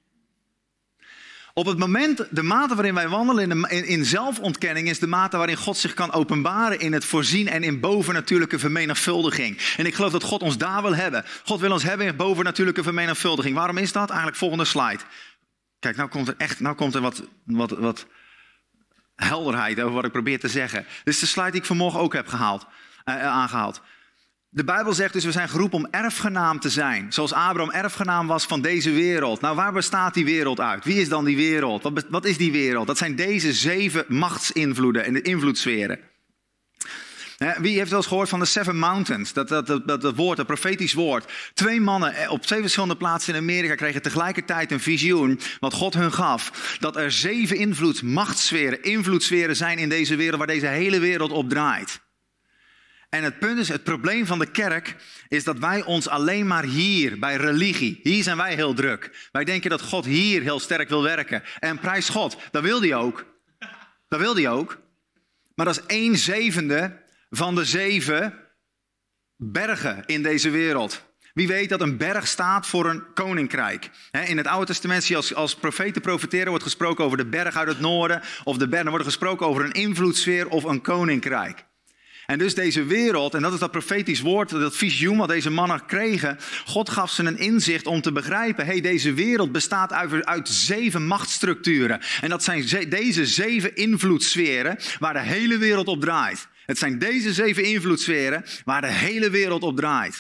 Op het moment, de mate waarin wij wandelen in zelfontkenning is de mate waarin God zich kan openbaren in het voorzien en in bovennatuurlijke vermenigvuldiging. En ik geloof dat God ons daar wil hebben. God wil ons hebben in bovennatuurlijke vermenigvuldiging. Waarom is dat? Eigenlijk volgende slide. Kijk, nou komt er wat helderheid over wat ik probeer te zeggen. Dit is de slide die ik vanmorgen ook heb aangehaald. De Bijbel zegt dus, we zijn geroepen om erfgenaam te zijn. Zoals Abraham erfgenaam was van deze wereld. Nou, waar bestaat die wereld uit? Wie is dan die wereld? Wat is die wereld? Dat zijn deze 7 machtsinvloeden en de invloedssferen. Wie heeft wel eens gehoord van de 7 Mountains? Dat woord, dat profetisch woord. 2 mannen op 2 verschillende plaatsen in Amerika kregen tegelijkertijd een visioen. Wat God hun gaf. Dat er 7 invloedssferen zijn in deze wereld waar deze hele wereld op draait. En het punt is, het probleem van de kerk is dat wij ons alleen maar hier, bij religie, hier zijn wij heel druk. Wij denken dat God hier heel sterk wil werken. En prijs God, dat wil hij ook. Dat wil hij ook. Maar dat is 1/7 van de 7 bergen in deze wereld. Wie weet dat een berg staat voor een koninkrijk. In het Oude Testament, als profeten profeteren, wordt gesproken over de berg uit het noorden. Of de berg, dan wordt gesproken over een invloedssfeer of een koninkrijk. En dus deze wereld, en dat is dat profetisch woord, dat visioen wat deze mannen kregen. God gaf ze een inzicht om te begrijpen, deze wereld bestaat uit 7 machtsstructuren. En dat zijn deze 7 invloedssferen waar de hele wereld op draait. Het zijn deze 7 invloedssferen waar de hele wereld op draait.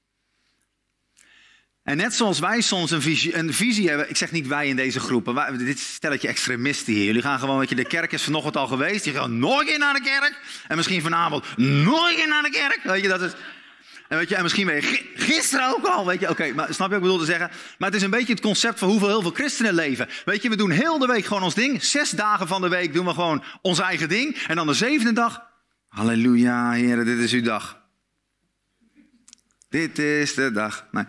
En net zoals wij soms een visie hebben, ik zeg niet wij in deze groepen, dit stelletje extremisten hier. Jullie gaan gewoon, de kerk is vanochtend al geweest, je gaat nog een keer naar de kerk. En misschien vanavond nog een keer naar de kerk. Weet je, dat is... En misschien ben je gisteren ook al, weet je. Oké, maar snap je wat ik bedoel te zeggen? Maar het is een beetje het concept van heel veel christenen leven. Weet je, we doen heel de week gewoon ons ding. 6 dagen van de week doen we gewoon ons eigen ding. En dan de 7e dag, halleluja, Heer, dit is uw dag. Dit is de dag. Nee.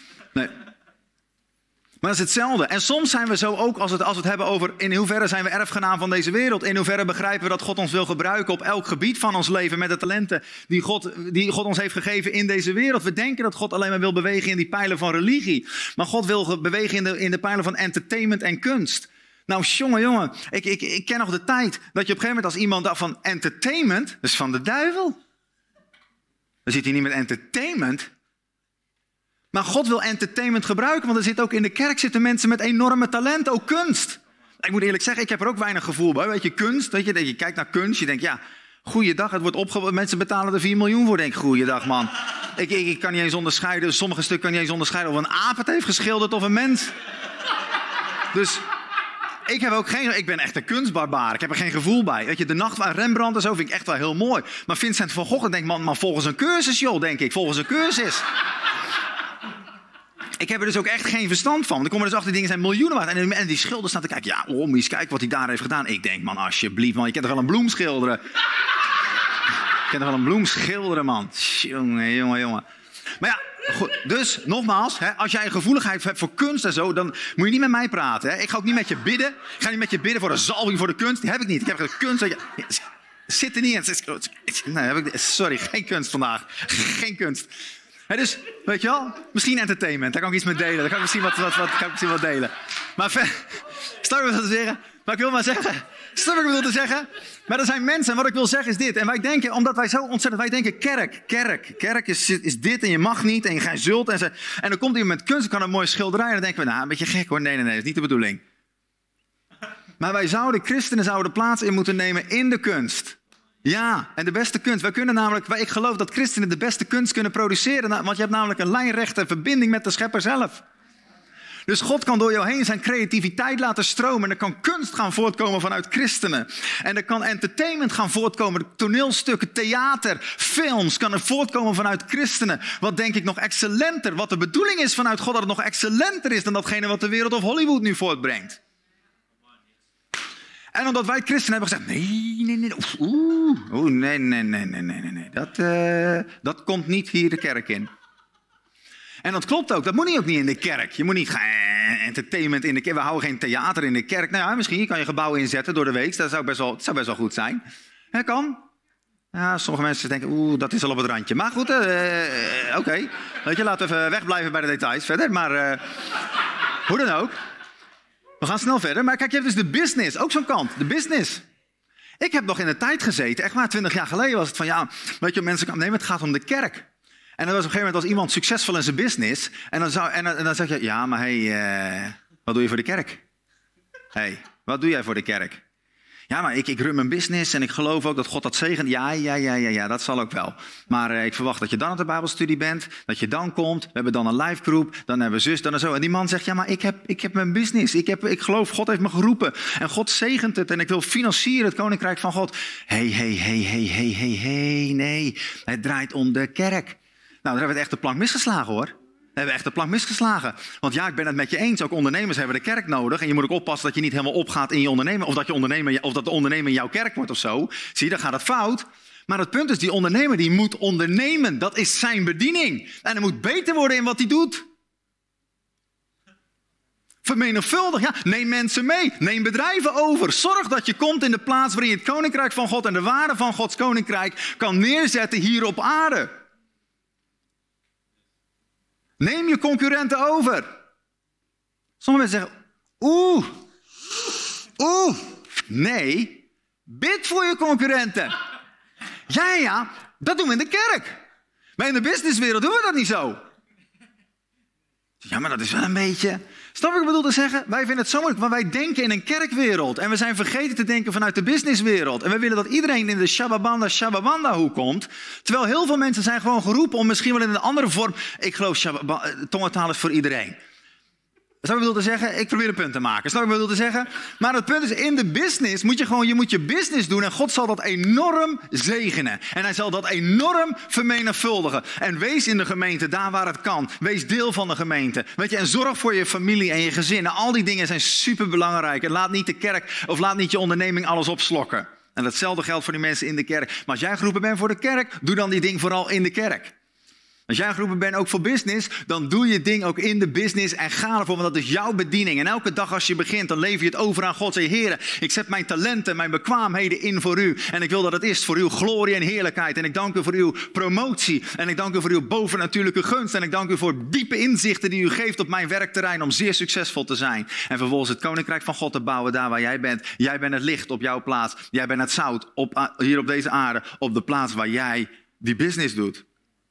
Maar dat is hetzelfde. En soms zijn we zo ook als we het hebben over in hoeverre zijn we erfgenaam van deze wereld. In hoeverre begrijpen we dat God ons wil gebruiken op elk gebied van ons leven met de talenten die God ons heeft gegeven in deze wereld. We denken dat God alleen maar wil bewegen in die pijlen van religie. Maar God wil bewegen in de pijlen van entertainment en kunst. Nou, jongen, ik ken nog de tijd dat je op een gegeven moment als iemand dacht van entertainment, dat is van de duivel. Dan zit hij niet met entertainment. Maar God wil entertainment gebruiken, want er zit ook in de kerk zitten mensen met enorme talent, ook kunst. Ik moet eerlijk zeggen, ik heb er ook weinig gevoel bij. Weet je, kunst, dat je kijkt naar kunst, je denkt, ja, goeiedag, het wordt opgewonden, mensen betalen er 4 miljoen voor, denk ik, goeiedag man. Ik kan niet eens onderscheiden, sommige stukken kan je niet eens onderscheiden of een aap het heeft geschilderd of een mens. Dus ik ben echt een kunstbarbaar, ik heb er geen gevoel bij. Weet je, de nacht van Rembrandt en zo vind ik echt wel heel mooi. Maar Vincent van Gogh, denk man, volgens een cursus joh, denk ik, volgens een cursus. ik heb er dus ook echt geen verstand van. Want ik kom er dus achter, die dingen zijn miljoenen waard. En die schilder staan te kijken. Ja, moet je eens kijken wat hij daar heeft gedaan. Ik denk, man, alsjeblieft, man. Je kent toch wel een bloem schilderen? Je kent toch wel een bloem schilderen, man. Jongen. Maar ja, goed, dus nogmaals, als jij een gevoeligheid hebt voor kunst en zo, dan moet je niet met mij praten. Hè? Ik ga ook niet met je bidden. Ik ga niet met je bidden voor een zalving voor de kunst. Die heb ik niet. Ik heb de kunst. Zit er niet in. Nee, sorry, geen kunst vandaag. Geen kunst. Dus, weet je wel, misschien entertainment. Daar kan ik iets mee delen. Daar kan ik misschien wat delen. Maar snap je wat ik wil zeggen? Maar ik wil maar zeggen. Snap je wat ik wil zeggen? Maar er zijn mensen, en wat ik wil zeggen is dit. En wij denken, omdat wij zo ontzettend, wij denken kerk is dit en je mag niet en je zult. En dan komt iemand met kunst, kan een mooie schilderij. En dan denken we, nou, een beetje gek hoor. Nee, dat is niet de bedoeling. Maar wij christenen zouden de plaats in moeten nemen in de kunst. Ja, en de beste kunst. Wij kunnen namelijk, ik geloof dat christenen de beste kunst kunnen produceren. Want je hebt namelijk een lijnrechte verbinding met de schepper zelf. Dus God kan door jou heen zijn creativiteit laten stromen. En er kan kunst gaan voortkomen vanuit christenen. En er kan entertainment gaan voortkomen. Toneelstukken, theater, films kan er voortkomen vanuit christenen. Wat denk ik nog excellenter. Wat de bedoeling is vanuit God, dat het nog excellenter is dan datgene wat de wereld of Hollywood nu voortbrengt. En omdat wij christenen hebben gezegd, nee. Dat komt niet hier de kerk in. En dat klopt ook, dat moet ook niet in de kerk. Je moet niet gaan entertainment in de kerk. We houden geen theater in de kerk. Nou ja, misschien kan je gebouwen inzetten door de week. Dat zou best wel goed zijn. Kan. Ja, sommige mensen denken, dat is al op het randje. Maar goed, oké. Weet je, laten we even wegblijven bij de details verder. Maar hoe dan ook. We gaan snel verder. Maar kijk, je hebt dus de business. Ook zo'n kant. De business. Ik heb nog in de tijd gezeten. Echt maar 20 jaar geleden was het van, ja, weet je, mensen, nee, het gaat om de kerk. En dan was op een gegeven moment was iemand succesvol in zijn business. En dan zeg je, ja, maar wat doe je voor de kerk? Wat doe jij voor de kerk? Ja, maar ik run mijn business en ik geloof ook dat God dat zegent. Ja, dat zal ook wel. Maar ik verwacht dat je dan op de Bijbelstudie bent, dat je dan komt. We hebben dan een live groep, dan hebben we zus, dan en zo. En die man zegt, ja, maar ik heb mijn business. Ik geloof, God heeft me geroepen. En God zegent het en ik wil financieren het koninkrijk van God. Nee. Het draait om de kerk. Nou, daar hebben we het echt de plank misgeslagen, hoor. We hebben echt de plank misgeslagen. Want ja, ik ben het met je eens. Ook ondernemers hebben de kerk nodig. En je moet ook oppassen dat je niet helemaal opgaat in je ondernemen. Of dat de ondernemer in jouw kerk wordt of zo. Zie je, dan gaat het fout. Maar het punt is, die ondernemer die moet ondernemen. Dat is zijn bediening. En hij moet beter worden in wat hij doet. Vermenigvuldig, ja. Neem mensen mee. Neem bedrijven over. Zorg dat je komt in de plaats waarin je het koninkrijk van God en de waarde van Gods koninkrijk kan neerzetten hier op aarde. Neem je concurrenten over. Sommige mensen zeggen, nee, bid voor je concurrenten. Ja, dat doen we in de kerk. Maar in de businesswereld doen we dat niet zo. Ja, maar dat is wel een beetje... Snap je wat ik bedoel te zeggen? Wij vinden het zo moeilijk, want wij denken in een kerkwereld. En we zijn vergeten te denken vanuit de businesswereld. En we willen dat iedereen in de Shababanda hoek komt. Terwijl heel veel mensen zijn gewoon geroepen om misschien wel in een andere vorm... Ik geloof, tongentaal is voor iedereen. Snap je wat ik bedoel te zeggen? Ik probeer een punt te maken. Snap je wat ik bedoel te zeggen? Maar het punt is, in de business moet je business doen. En God zal dat enorm zegenen. En hij zal dat enorm vermenigvuldigen. En wees in de gemeente, daar waar het kan. Wees deel van de gemeente. Weet je, en zorg voor je familie en je gezin. En al die dingen zijn superbelangrijk. En laat niet de kerk of laat niet je onderneming alles opslokken. En datzelfde geldt voor die mensen in de kerk. Maar als jij geroepen bent voor de kerk, doe dan die ding vooral in de kerk. Als jij geroepen bent ook voor business, dan doe je ding ook in de business en ga ervoor, want dat is jouw bediening. En elke dag als je begint, dan lever je het over aan God. Zeg, Heer, ik zet mijn talenten, mijn bekwaamheden in voor u. En ik wil dat het is voor uw glorie en heerlijkheid. En ik dank u voor uw promotie. En ik dank u voor uw bovennatuurlijke gunst. En ik dank u voor diepe inzichten die u geeft op mijn werkterrein om zeer succesvol te zijn. En vervolgens het koninkrijk van God te bouwen daar waar jij bent. Jij bent het licht op jouw plaats. Jij bent het zout hier op deze aarde, op de plaats waar jij die business doet.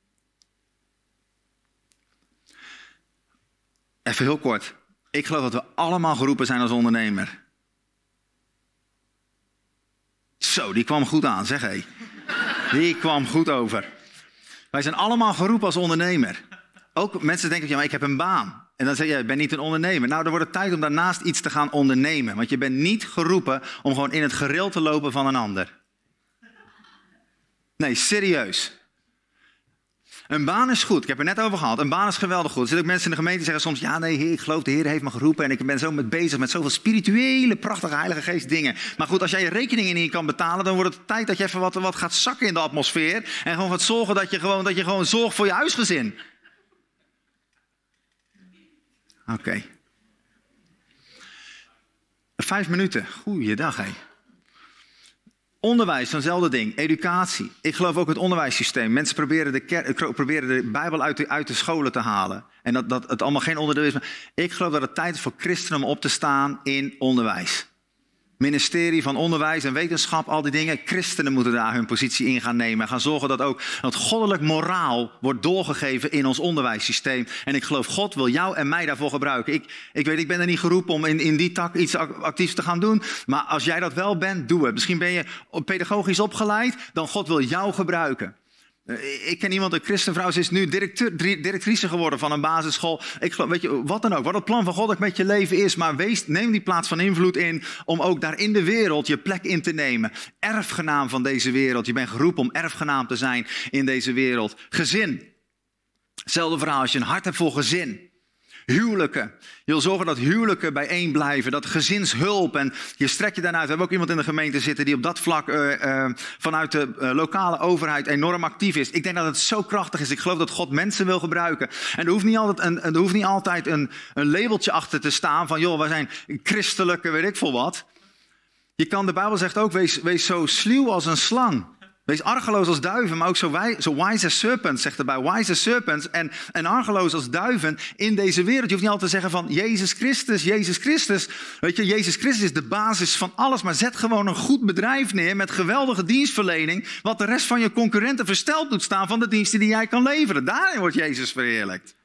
Even heel kort. Ik geloof dat we allemaal geroepen zijn als ondernemer. Zo, die kwam goed aan, zeg hé. Die kwam goed over. Wij zijn allemaal geroepen als ondernemer. Ook mensen denken, ja, maar ik heb een baan. En dan zeg je, ik ben niet een ondernemer. Nou, dan wordt het tijd om daarnaast iets te gaan ondernemen. Want je bent niet geroepen om gewoon in het gereel te lopen van een ander. Nee, serieus. Een baan is goed. Ik heb het er net over gehad. Een baan is geweldig goed. Er zitten ook mensen in de gemeente die zeggen soms... ja, nee, Heer, ik geloof de Heer heeft me geroepen... en ik ben zo bezig met zoveel spirituele, prachtige Heilige Geest dingen. Maar goed, als jij je rekeningen niet kan betalen... dan wordt het tijd dat je even wat gaat zakken in de atmosfeer... en gewoon gaat zorgen dat je gewoon zorgt voor je huisgezin. Oké. 5 minuten. Goeiedag, hé. Onderwijs, zo'nzelfde ding. Educatie. Ik geloof ook het onderwijssysteem. Mensen proberen de Bijbel uit de scholen te halen. En dat het allemaal geen onderdeel is. Maar ik geloof dat het tijd is voor christenen om op te staan in onderwijs. Ministerie van Onderwijs en Wetenschap, al die dingen. Christenen moeten daar hun positie in gaan nemen. En gaan zorgen dat ook dat goddelijk moraal wordt doorgegeven in ons onderwijssysteem. En ik geloof, God wil jou en mij daarvoor gebruiken. Ik ben er niet geroepen om in die tak iets actiefs te gaan doen. Maar als jij dat wel bent, doe het. Misschien ben je pedagogisch opgeleid, dan God wil jou gebruiken. Ik ken iemand, een christenvrouw, ze is nu directrice geworden van een basisschool. Ik geloof, weet je, wat dan ook, wat het plan van God ook met je leven is. Maar neem die plaats van invloed in om ook daar in de wereld je plek in te nemen. Erfgenaam van deze wereld. Je bent geroepen om erfgenaam te zijn in deze wereld. Gezin. Hetzelfde verhaal, als je een hart hebt voor gezin. Huwelijken. Je wil zorgen dat huwelijken bijeen blijven. Dat gezinshulp. En je strekt je daarna uit. We hebben ook iemand in de gemeente zitten die op dat vlak vanuit de lokale overheid enorm actief is. Ik denk dat het zo krachtig is. Ik geloof dat God mensen wil gebruiken. En er hoeft niet altijd een labeltje achter te staan van joh, wij zijn christelijke, weet ik veel wat. De Bijbel zegt ook, wees zo sluw als een slang. Wees argeloos als duiven, maar ook zo wise as serpents, zegt erbij. Wise as serpents en argeloos als duiven in deze wereld. Je hoeft niet altijd te zeggen van Jezus Christus. Weet je, Jezus Christus is de basis van alles. Maar zet gewoon een goed bedrijf neer met geweldige dienstverlening. Wat de rest van je concurrenten versteld doet staan van de diensten die jij kan leveren. Daarin wordt Jezus verheerlijkt.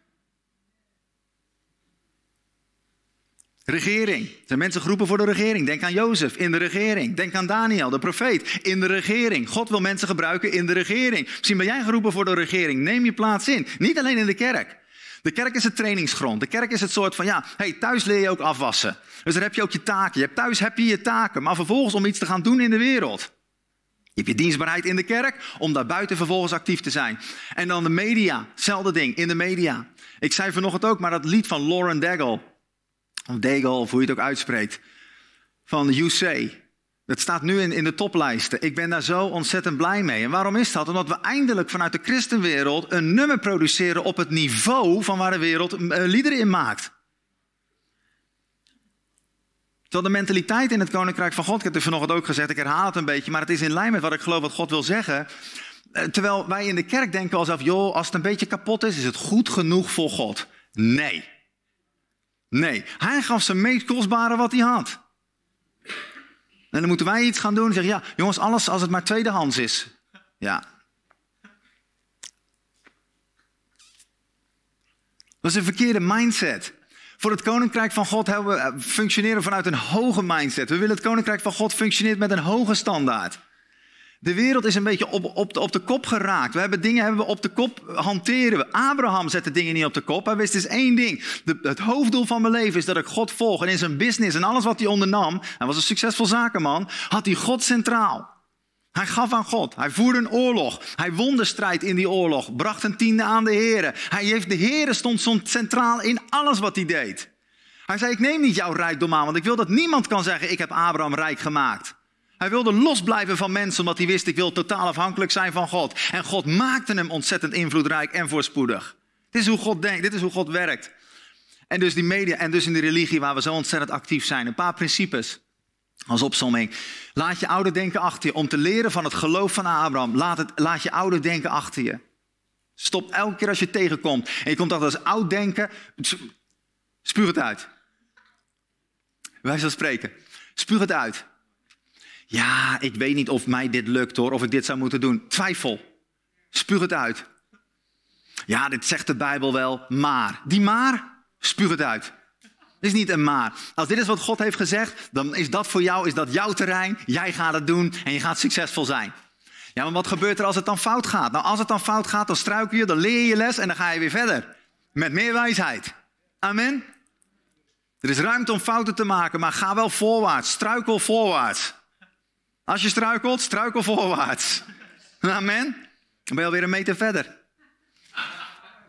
Regering. Er zijn mensen geroepen voor de regering. Denk aan Jozef in de regering. Denk aan Daniel, de profeet, in de regering. God wil mensen gebruiken in de regering. Misschien ben jij geroepen voor de regering. Neem je plaats in. Niet alleen in de kerk. De kerk is het trainingsgrond. De kerk is het soort van, thuis leer je ook afwassen. Dus daar heb je ook je taken. Thuis heb je je taken. Maar vervolgens om iets te gaan doen in de wereld. Je hebt je dienstbaarheid in de kerk om daar buiten vervolgens actief te zijn. En dan de media. Hetzelfde ding, in de media. Ik zei vanochtend ook, maar dat lied van Lauren Daigle. Of Daigle, of hoe je het ook uitspreekt. Van You Say. Dat staat nu in de toplijsten. Ik ben daar zo ontzettend blij mee. En waarom is dat? Omdat we eindelijk vanuit de christenwereld een nummer produceren op het niveau van waar de wereld liederen in maakt. Terwijl de mentaliteit in het Koninkrijk van God, ik heb het vanochtend ook gezegd, ik herhaal het een beetje, maar het is in lijn met wat ik geloof wat God wil zeggen. Terwijl wij in de kerk denken alsof, joh, als het een beetje kapot is het goed genoeg voor God. Nee. Hij gaf zijn meest kostbare wat hij had. En dan moeten wij iets gaan doen en zeggen, ja, jongens, alles als het maar tweedehands is. Ja. Dat is een verkeerde mindset. Voor het Koninkrijk van God functioneren vanuit een hoge mindset. We willen het Koninkrijk van God functioneert met een hoge standaard. De wereld is een beetje op de kop geraakt. Hebben we op de kop, hanteren we. Abraham zette dingen niet op de kop. Hij wist dus één ding. Het hoofddoel van mijn leven is dat ik God volg. En in zijn business en alles wat hij ondernam, hij was een succesvol zakenman, had hij God centraal. Hij gaf aan God. Hij voerde een oorlog. Hij won de strijd in die oorlog. Bracht een tiende aan de Here. De Here stond centraal in alles wat hij deed. Hij zei, ik neem niet jouw rijkdom aan, want ik wil dat niemand kan zeggen, ik heb Abraham rijk gemaakt. Hij wilde losblijven van mensen, omdat hij wist, ik wil totaal afhankelijk zijn van God. En God maakte hem ontzettend invloedrijk en voorspoedig. Dit is hoe God denkt, dit is hoe God werkt. En dus die media en dus in de religie waar we zo ontzettend actief zijn. Een paar principes als opsomming. Laat je oude denken achter je. Om te leren van het geloof van Abraham, laat je oude denken achter je. Stop elke keer als je tegenkomt. En je komt achter als oud denken, spuug het uit. Wij zullen spreken. Spuug het uit. Ja, ik weet niet of mij dit lukt hoor, of ik dit zou moeten doen. Twijfel. Spuug het uit. Ja, dit zegt de Bijbel wel, maar. Die maar, spuug het uit. Het is niet een maar. Als dit is wat God heeft gezegd, dan is dat voor jou, is dat jouw terrein. Jij gaat het doen en je gaat succesvol zijn. Ja, maar wat gebeurt er als het dan fout gaat? Nou, als het dan fout gaat, dan struikel je, dan leer je je les en dan ga je weer verder. Met meer wijsheid. Amen. Er is ruimte om fouten te maken, maar ga wel voorwaarts. Struikel voorwaarts. Als je struikelt, struikel voorwaarts. Amen. Dan ben je alweer een meter verder.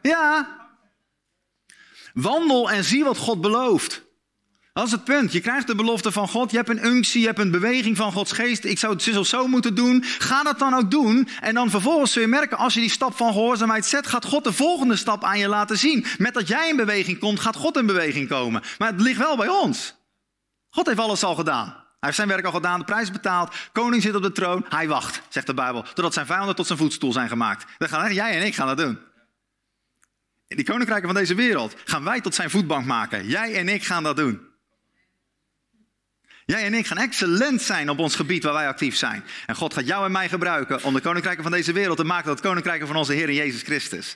Ja. Wandel en zie wat God belooft. Dat is het punt. Je krijgt de belofte van God. Je hebt een unctie, je hebt een beweging van Gods geest. Ik zou het zus of zo moeten doen. Ga dat dan ook doen. En dan vervolgens zul je merken, als je die stap van gehoorzaamheid zet, gaat God de volgende stap aan je laten zien. Met dat jij in beweging komt, gaat God in beweging komen. Maar het ligt wel bij ons. God heeft alles al gedaan. Hij heeft zijn werk al gedaan, de prijs betaald. Koning zit op de troon. Hij wacht, zegt de Bijbel, totdat zijn vijanden tot zijn voetstoel zijn gemaakt. Dan gaan jij en ik gaan dat doen. In die koninkrijken van deze wereld gaan wij tot zijn voetbank maken. Jij en ik gaan dat doen. Jij en ik gaan excellent zijn op ons gebied waar wij actief zijn. En God gaat jou en mij gebruiken om de koninkrijken van deze wereld te maken tot het koninkrijken van onze Heer Jezus Christus.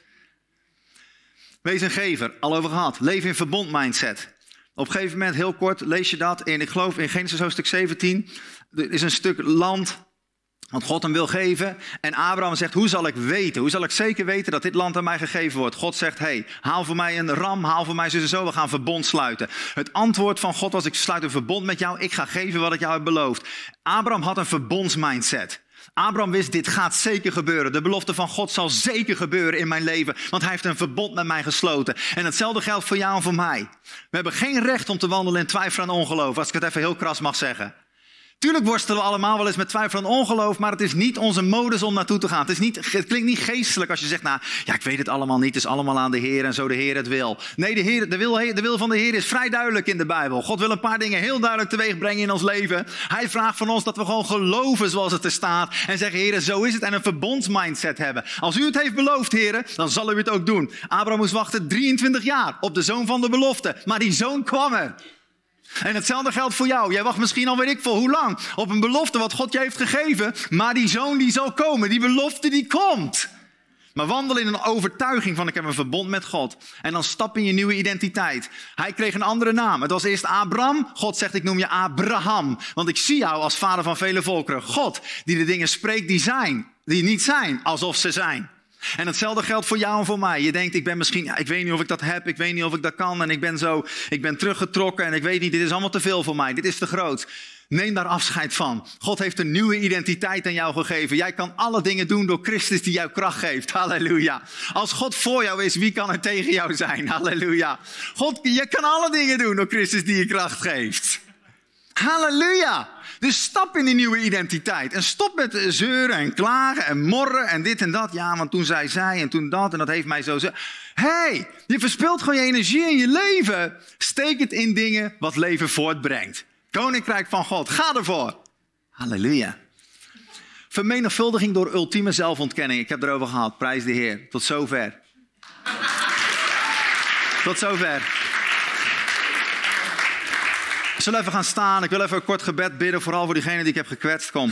Wees een gever, al over gehad. Leef in verbond mindset. Op een gegeven moment, heel kort, lees je dat in, ik geloof in Genesis hoofdstuk 17. Er is een stuk land wat God hem wil geven. En Abraham zegt, hoe zal ik weten? Hoe zal ik zeker weten dat dit land aan mij gegeven wordt? God zegt, hey, haal voor mij een ram, haal voor mij zo, we gaan verbond sluiten. Het antwoord van God was, ik sluit een verbond met jou, ik ga geven wat ik jou heb beloofd. Abraham had een verbondsmindset. Abraham wist, dit gaat zeker gebeuren. De belofte van God zal zeker gebeuren in mijn leven. Want hij heeft een verbond met mij gesloten. En hetzelfde geldt voor jou en voor mij. We hebben geen recht om te wandelen in twijfel en ongeloof. Als ik het even heel kras mag zeggen. Tuurlijk worstelen we allemaal wel eens met twijfel en ongeloof, maar het is niet onze modus om naartoe te gaan. Het klinkt niet geestelijk als je zegt, nou, ja, ik weet het allemaal niet, het is allemaal aan de Heer en zo de Heer het wil. Nee, de wil van de Heer is vrij duidelijk in de Bijbel. God wil een paar dingen heel duidelijk teweeg brengen in ons leven. Hij vraagt van ons dat we gewoon geloven zoals het er staat en zeggen, Heer, zo is het, en een verbondsmindset hebben. Als u het heeft beloofd, Heer, dan zal u het ook doen. Abraham moest wachten 23 jaar op de zoon van de belofte, maar die zoon kwam er. En hetzelfde geldt voor jou. Jij wacht misschien al weet ik veel hoe lang op een belofte wat God je heeft gegeven. Maar die zoon die zal komen. Die belofte die komt. Maar wandel in een overtuiging van ik heb een verbond met God. En dan stap in je nieuwe identiteit. Hij kreeg een andere naam. Het was eerst Abram. God zegt ik noem je Abraham. Want ik zie jou als vader van vele volkeren. God die de dingen spreekt die niet zijn alsof ze zijn. En hetzelfde geldt voor jou en voor mij. Je denkt, ik ben misschien, ik weet niet of ik dat heb, ik weet niet of ik dat kan. En ik ben teruggetrokken en ik weet niet, dit is allemaal te veel voor mij. Dit is te groot. Neem daar afscheid van. God heeft een nieuwe identiteit aan jou gegeven. Jij kan alle dingen doen door Christus die jou kracht geeft. Halleluja. Als God voor jou is, wie kan er tegen jou zijn? Halleluja. God, je kan alle dingen doen door Christus die je kracht geeft. Halleluja. Dus stap in die nieuwe identiteit. En stop met zeuren en klagen en morren en dit en dat. Ja, want toen zei zij en toen dat en dat heeft mij zo. Hey, je verspilt gewoon je energie in je leven. Steek het in dingen wat leven voortbrengt. Koninkrijk van God, ga ervoor. Halleluja. Vermenigvuldiging door ultieme zelfontkenning. Ik heb erover gehad, prijs de Heer. Tot zover. Tot zover. We zullen even gaan staan. Ik wil even een kort gebed bidden, vooral voor diegene die ik heb gekwetst. Kom.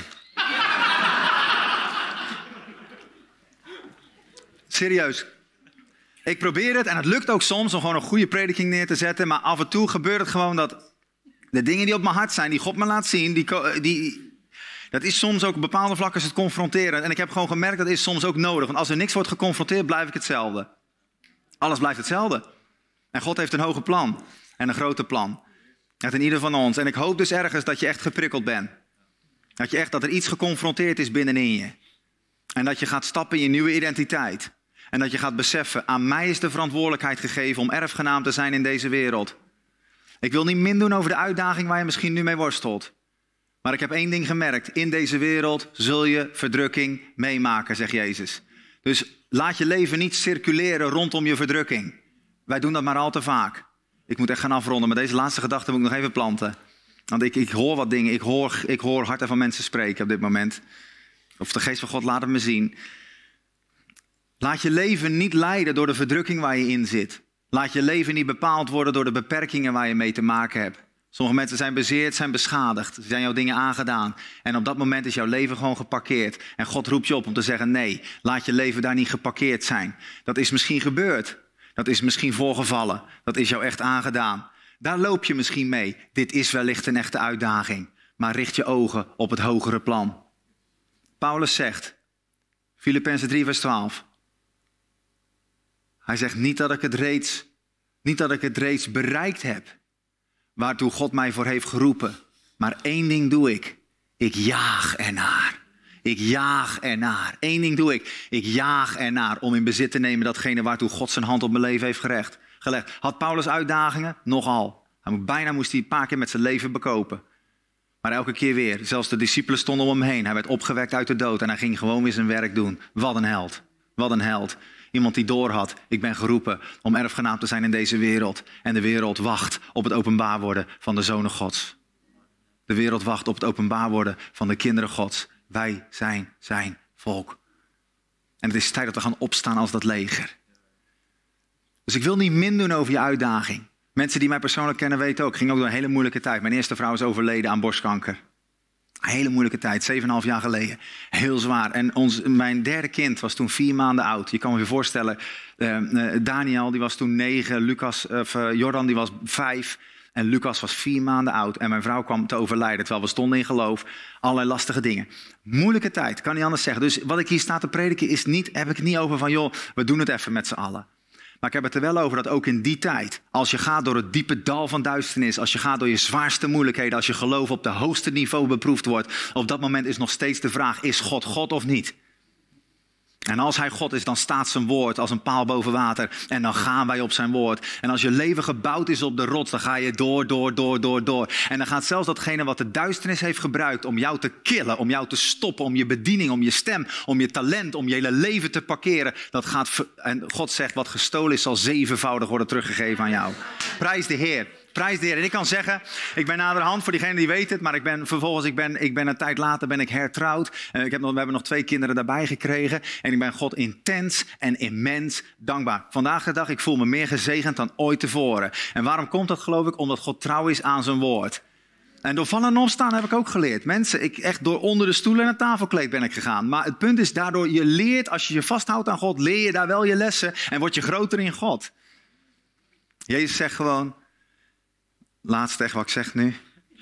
Serieus. Ik probeer het en het lukt ook soms om gewoon een goede prediking neer te zetten. Maar af en toe gebeurt het gewoon dat de dingen die op mijn hart zijn, die God me laat zien, dat is soms ook op bepaalde vlakken het confronteren. En ik heb gewoon gemerkt dat is soms ook nodig. Want als er niks wordt geconfronteerd, blijf ik hetzelfde. Alles blijft hetzelfde. En God heeft een hoger plan en een groter plan. Echt in ieder van ons. En ik hoop dus ergens dat je echt geprikkeld bent. Dat er iets geconfronteerd is binnenin je. En dat je gaat stappen in je nieuwe identiteit. En dat je gaat beseffen, aan mij is de verantwoordelijkheid gegeven om erfgenaam te zijn in deze wereld. Ik wil niet min doen over de uitdaging waar je misschien nu mee worstelt. Maar ik heb één ding gemerkt. In deze wereld zul je verdrukking meemaken, zegt Jezus. Dus laat je leven niet circuleren rondom je verdrukking. Wij doen dat maar al te vaak. Ik moet echt gaan afronden, maar deze laatste gedachte moet ik nog even planten. Want ik hoor wat dingen, ik hoor harten van mensen spreken op dit moment. Of de geest van God laat het me zien. Laat je leven niet leiden door de verdrukking waar je in zit. Laat je leven niet bepaald worden door de beperkingen waar je mee te maken hebt. Sommige mensen zijn bezeerd, zijn beschadigd. Ze zijn jouw dingen aangedaan. En op dat moment is jouw leven gewoon geparkeerd. En God roept je op om te zeggen, nee, laat je leven daar niet geparkeerd zijn. Dat is misschien gebeurd. Dat is misschien voorgevallen. Dat is jou echt aangedaan. Daar loop je misschien mee. Dit is wellicht een echte uitdaging. Maar richt je ogen op het hogere plan. Paulus zegt, Filippenzen 3 vers 12. Hij zegt niet dat ik het reeds bereikt heb. Waartoe God mij voor heeft geroepen. Maar één ding doe ik. Ik jaag ernaar. Ik jaag ernaar. 1 ding doe ik. Ik jaag ernaar om in bezit te nemen datgene waartoe God zijn hand op mijn leven heeft gelegd. Had Paulus uitdagingen? Nogal. Bijna moest hij een paar keer met zijn leven bekopen. Maar elke keer weer. Zelfs de discipelen stonden om hem heen. Hij werd opgewekt uit de dood en hij ging gewoon weer zijn werk doen. Wat een held. Wat een held. Iemand die doorhad, ik ben geroepen om erfgenaam te zijn in deze wereld. En de wereld wacht op het openbaar worden van de zonen Gods. De wereld wacht op het openbaar worden van de kinderen Gods. Wij zijn zijn volk. En het is tijd dat we gaan opstaan als dat leger. Dus ik wil niet min doen over je uitdaging. Mensen die mij persoonlijk kennen weten ook. Ik ging ook door een hele moeilijke tijd. Mijn eerste vrouw is overleden aan borstkanker. Een hele moeilijke tijd, 7,5 jaar geleden. Heel zwaar. En mijn derde kind was toen 4 maanden oud. Je kan me voorstellen, Daniel die was toen 9, Jordan die was 5... En Lucas was 4 maanden oud en mijn vrouw kwam te overlijden. Terwijl we stonden in geloof. Allerlei lastige dingen. Moeilijke tijd, kan niet anders zeggen. Dus wat ik hier sta te prediken heb ik het niet over van joh, we doen het even met z'n allen. Maar ik heb het er wel over dat ook in die tijd, als je gaat door het diepe dal van duisternis, als je gaat door je zwaarste moeilijkheden, als je geloof op de hoogste niveau beproefd wordt, op dat moment is nog steeds de vraag, is God God of niet? En als hij God is, dan staat zijn woord als een paal boven water. En dan gaan wij op zijn woord. En als je leven gebouwd is op de rots, dan ga je door. En dan gaat zelfs datgene wat de duisternis heeft gebruikt om jou te killen, om jou te stoppen, om je bediening, om je stem, om je talent, om je hele leven te parkeren. En God zegt, wat gestolen is, zal 7voudig worden teruggegeven aan jou. Prijs de Heer. Prijs de Heer. En ik kan zeggen, ik ben naderhand, voor diegenen die weten het, maar ik ben een tijd later hertrouwd. We hebben nog 2 kinderen daarbij gekregen. En ik ben God intens en immens dankbaar. Vandaag de dag, ik voel me meer gezegend dan ooit tevoren. En waarom komt dat, geloof ik? Omdat God trouw is aan zijn woord. En door vallen en opstaan heb ik ook geleerd. Mensen, echt door onder de stoel en het tafelkleed ben ik gegaan. Maar het punt is, daardoor je leert, als je je vasthoudt aan God, leer je daar wel je lessen en word je groter in God. Jezus zegt gewoon, laatste echt wat ik zeg nu.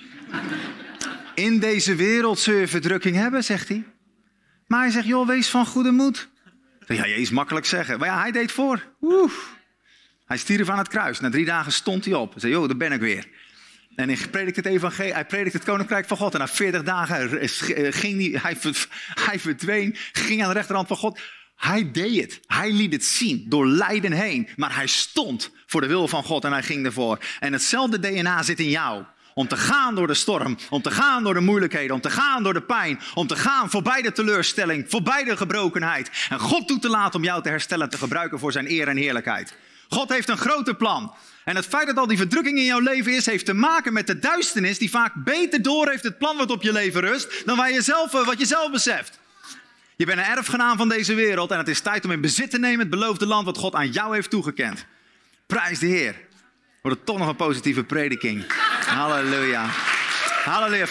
In deze wereld zul je verdrukking hebben, zegt hij. Maar hij zegt, joh, wees van goede moed. Ja, Jezus makkelijk zeggen. Maar ja, hij deed voor. Hij stierf aan het kruis. Na 3 dagen stond hij op. Hij zei, joh, daar ben ik weer. En hij predikt het evangelie, hij predikt het koninkrijk van God. En na 40 dagen ging hij verdween, ging aan de rechterhand van God. Hij deed het. Hij liet het zien door lijden heen. Maar hij stond voor de wil van God en hij ging ervoor. En hetzelfde DNA zit in jou. Om te gaan door de storm, om te gaan door de moeilijkheden, om te gaan door de pijn, om te gaan voorbij de teleurstelling, voorbij de gebrokenheid. En God toe te laten om jou te herstellen en te gebruiken voor zijn eer en heerlijkheid. God heeft een groter plan. En het feit dat al die verdrukking in jouw leven is, heeft te maken met de duisternis die vaak beter door heeft het plan wat op je leven rust, dan wat je zelf beseft. Je bent een erfgenaam van deze wereld en het is tijd om in bezit te nemen het beloofde land wat God aan jou heeft toegekend. Prijs de Heer. Wordt het toch nog een positieve prediking. Halleluja. Halleluja.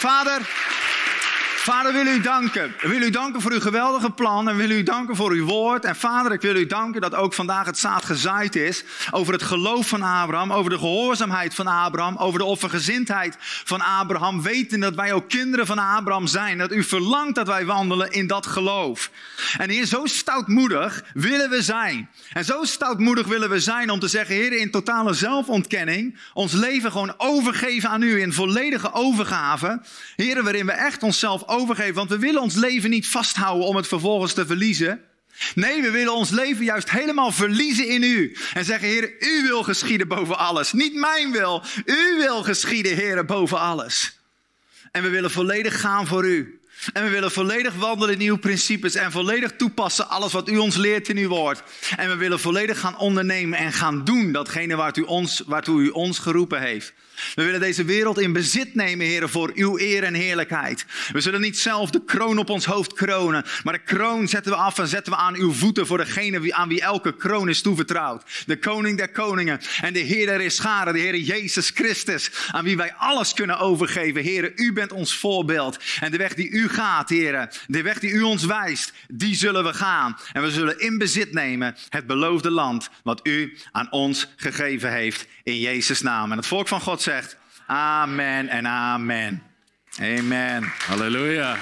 Vader, wil u danken. Ik wil u danken voor uw geweldige plan en wil u danken voor uw woord. En Vader, ik wil u danken dat ook vandaag het zaad gezaaid is over het geloof van Abraham, over de gehoorzaamheid van Abraham, over de offergezindheid van Abraham, weten dat wij ook kinderen van Abraham zijn, dat u verlangt dat wij wandelen in dat geloof. En Heer, zo stoutmoedig willen we zijn. En zo stoutmoedig willen we zijn om te zeggen, Heer, in totale zelfontkenning, ons leven gewoon overgeven aan u in volledige overgave. Heer, waarin we echt onszelf overgeven, want we willen ons leven niet vasthouden om het vervolgens te verliezen. Nee, we willen ons leven juist helemaal verliezen in u. En zeggen, Heer, u wil geschieden boven alles. Niet mijn wil, u wil geschieden, Heer, boven alles. En we willen volledig gaan voor u. En we willen volledig wandelen in uw principes en volledig toepassen alles wat u ons leert in uw woord. En we willen volledig gaan ondernemen en gaan doen datgene waartoe u ons geroepen heeft. We willen deze wereld in bezit nemen, Heer, voor uw eer en heerlijkheid. We zullen niet zelf de kroon op ons hoofd kronen, maar de kroon zetten we af en zetten we aan uw voeten voor degene aan wie elke kroon is toevertrouwd. De koning der koningen en de Heer der Heerscharen, de Heer Jezus Christus, aan wie wij alles kunnen overgeven. Heer, u bent ons voorbeeld. En de weg die u gaat, Heer, de weg die u ons wijst, die zullen we gaan. En we zullen in bezit nemen het beloofde land wat u aan ons gegeven heeft in Jezus' naam. En het volk van God zegt, amen en amen. Amen. Halleluja.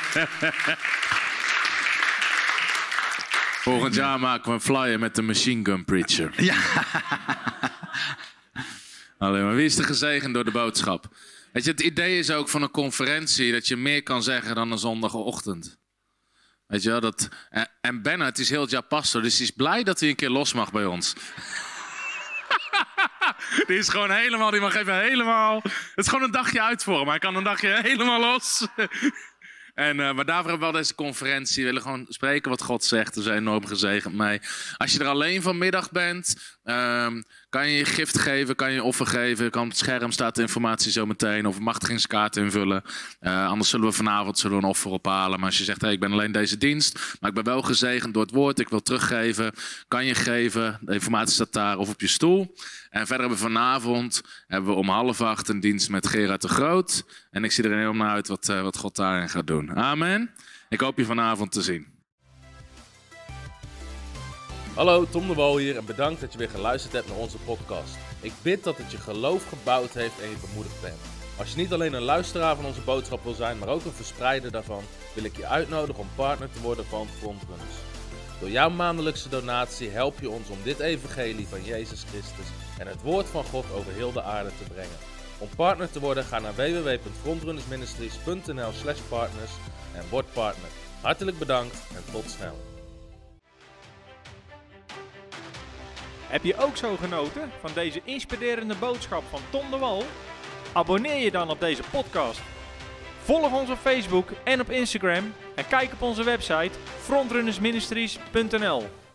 Volgend jaar maken we een flyer met de Machine Gun Preacher. Ja. Alleen maar wie is er gezegend door de boodschap? Weet je, het idee is ook van een conferentie dat je meer kan zeggen dan een zondagochtend. Weet je wel, en Bernard is heel het jaar pastor, dus hij is blij dat hij een keer los mag bij ons. Die is gewoon helemaal, die mag even helemaal... Het is gewoon een dagje uit voor hem, hij kan een dagje helemaal los. Maar daarvoor hebben we wel deze conferentie. We willen gewoon spreken wat God zegt. We zijn enorm gezegend mee. Als je er alleen vanmiddag bent, kan je je gift geven, kan je je offer geven. Kan op het scherm staat de informatie zo meteen. Of machtigingskaart invullen. Anders zullen we vanavond een offer ophalen. Maar als je zegt, hey, ik ben alleen deze dienst, maar ik ben wel gezegend door het woord. Ik wil teruggeven. Kan je geven. De informatie staat daar of op je stoel. En verder hebben we vanavond om 7:30 een dienst met Gerard de Groot. En ik zie er enorm naar uit wat God daarin gaat doen. Amen. Ik hoop je vanavond te zien. Hallo, Tom de Wal hier en bedankt dat je weer geluisterd hebt naar onze podcast. Ik bid dat het je geloof gebouwd heeft en je bemoedigd bent. Als je niet alleen een luisteraar van onze boodschap wil zijn, maar ook een verspreider daarvan, wil ik je uitnodigen om partner te worden van Frontrunners. Door jouw maandelijkse donatie help je ons om dit evangelie van Jezus Christus en het woord van God over heel de aarde te brengen. Om partner te worden, ga naar www.frontrunnersministries.nl/partners en word partner. Hartelijk bedankt en tot snel. Heb je ook zo genoten van deze inspirerende boodschap van Tom de Wal? Abonneer je dan op deze podcast. Volg ons op Facebook en op Instagram en kijk op onze website frontrunnersministries.nl.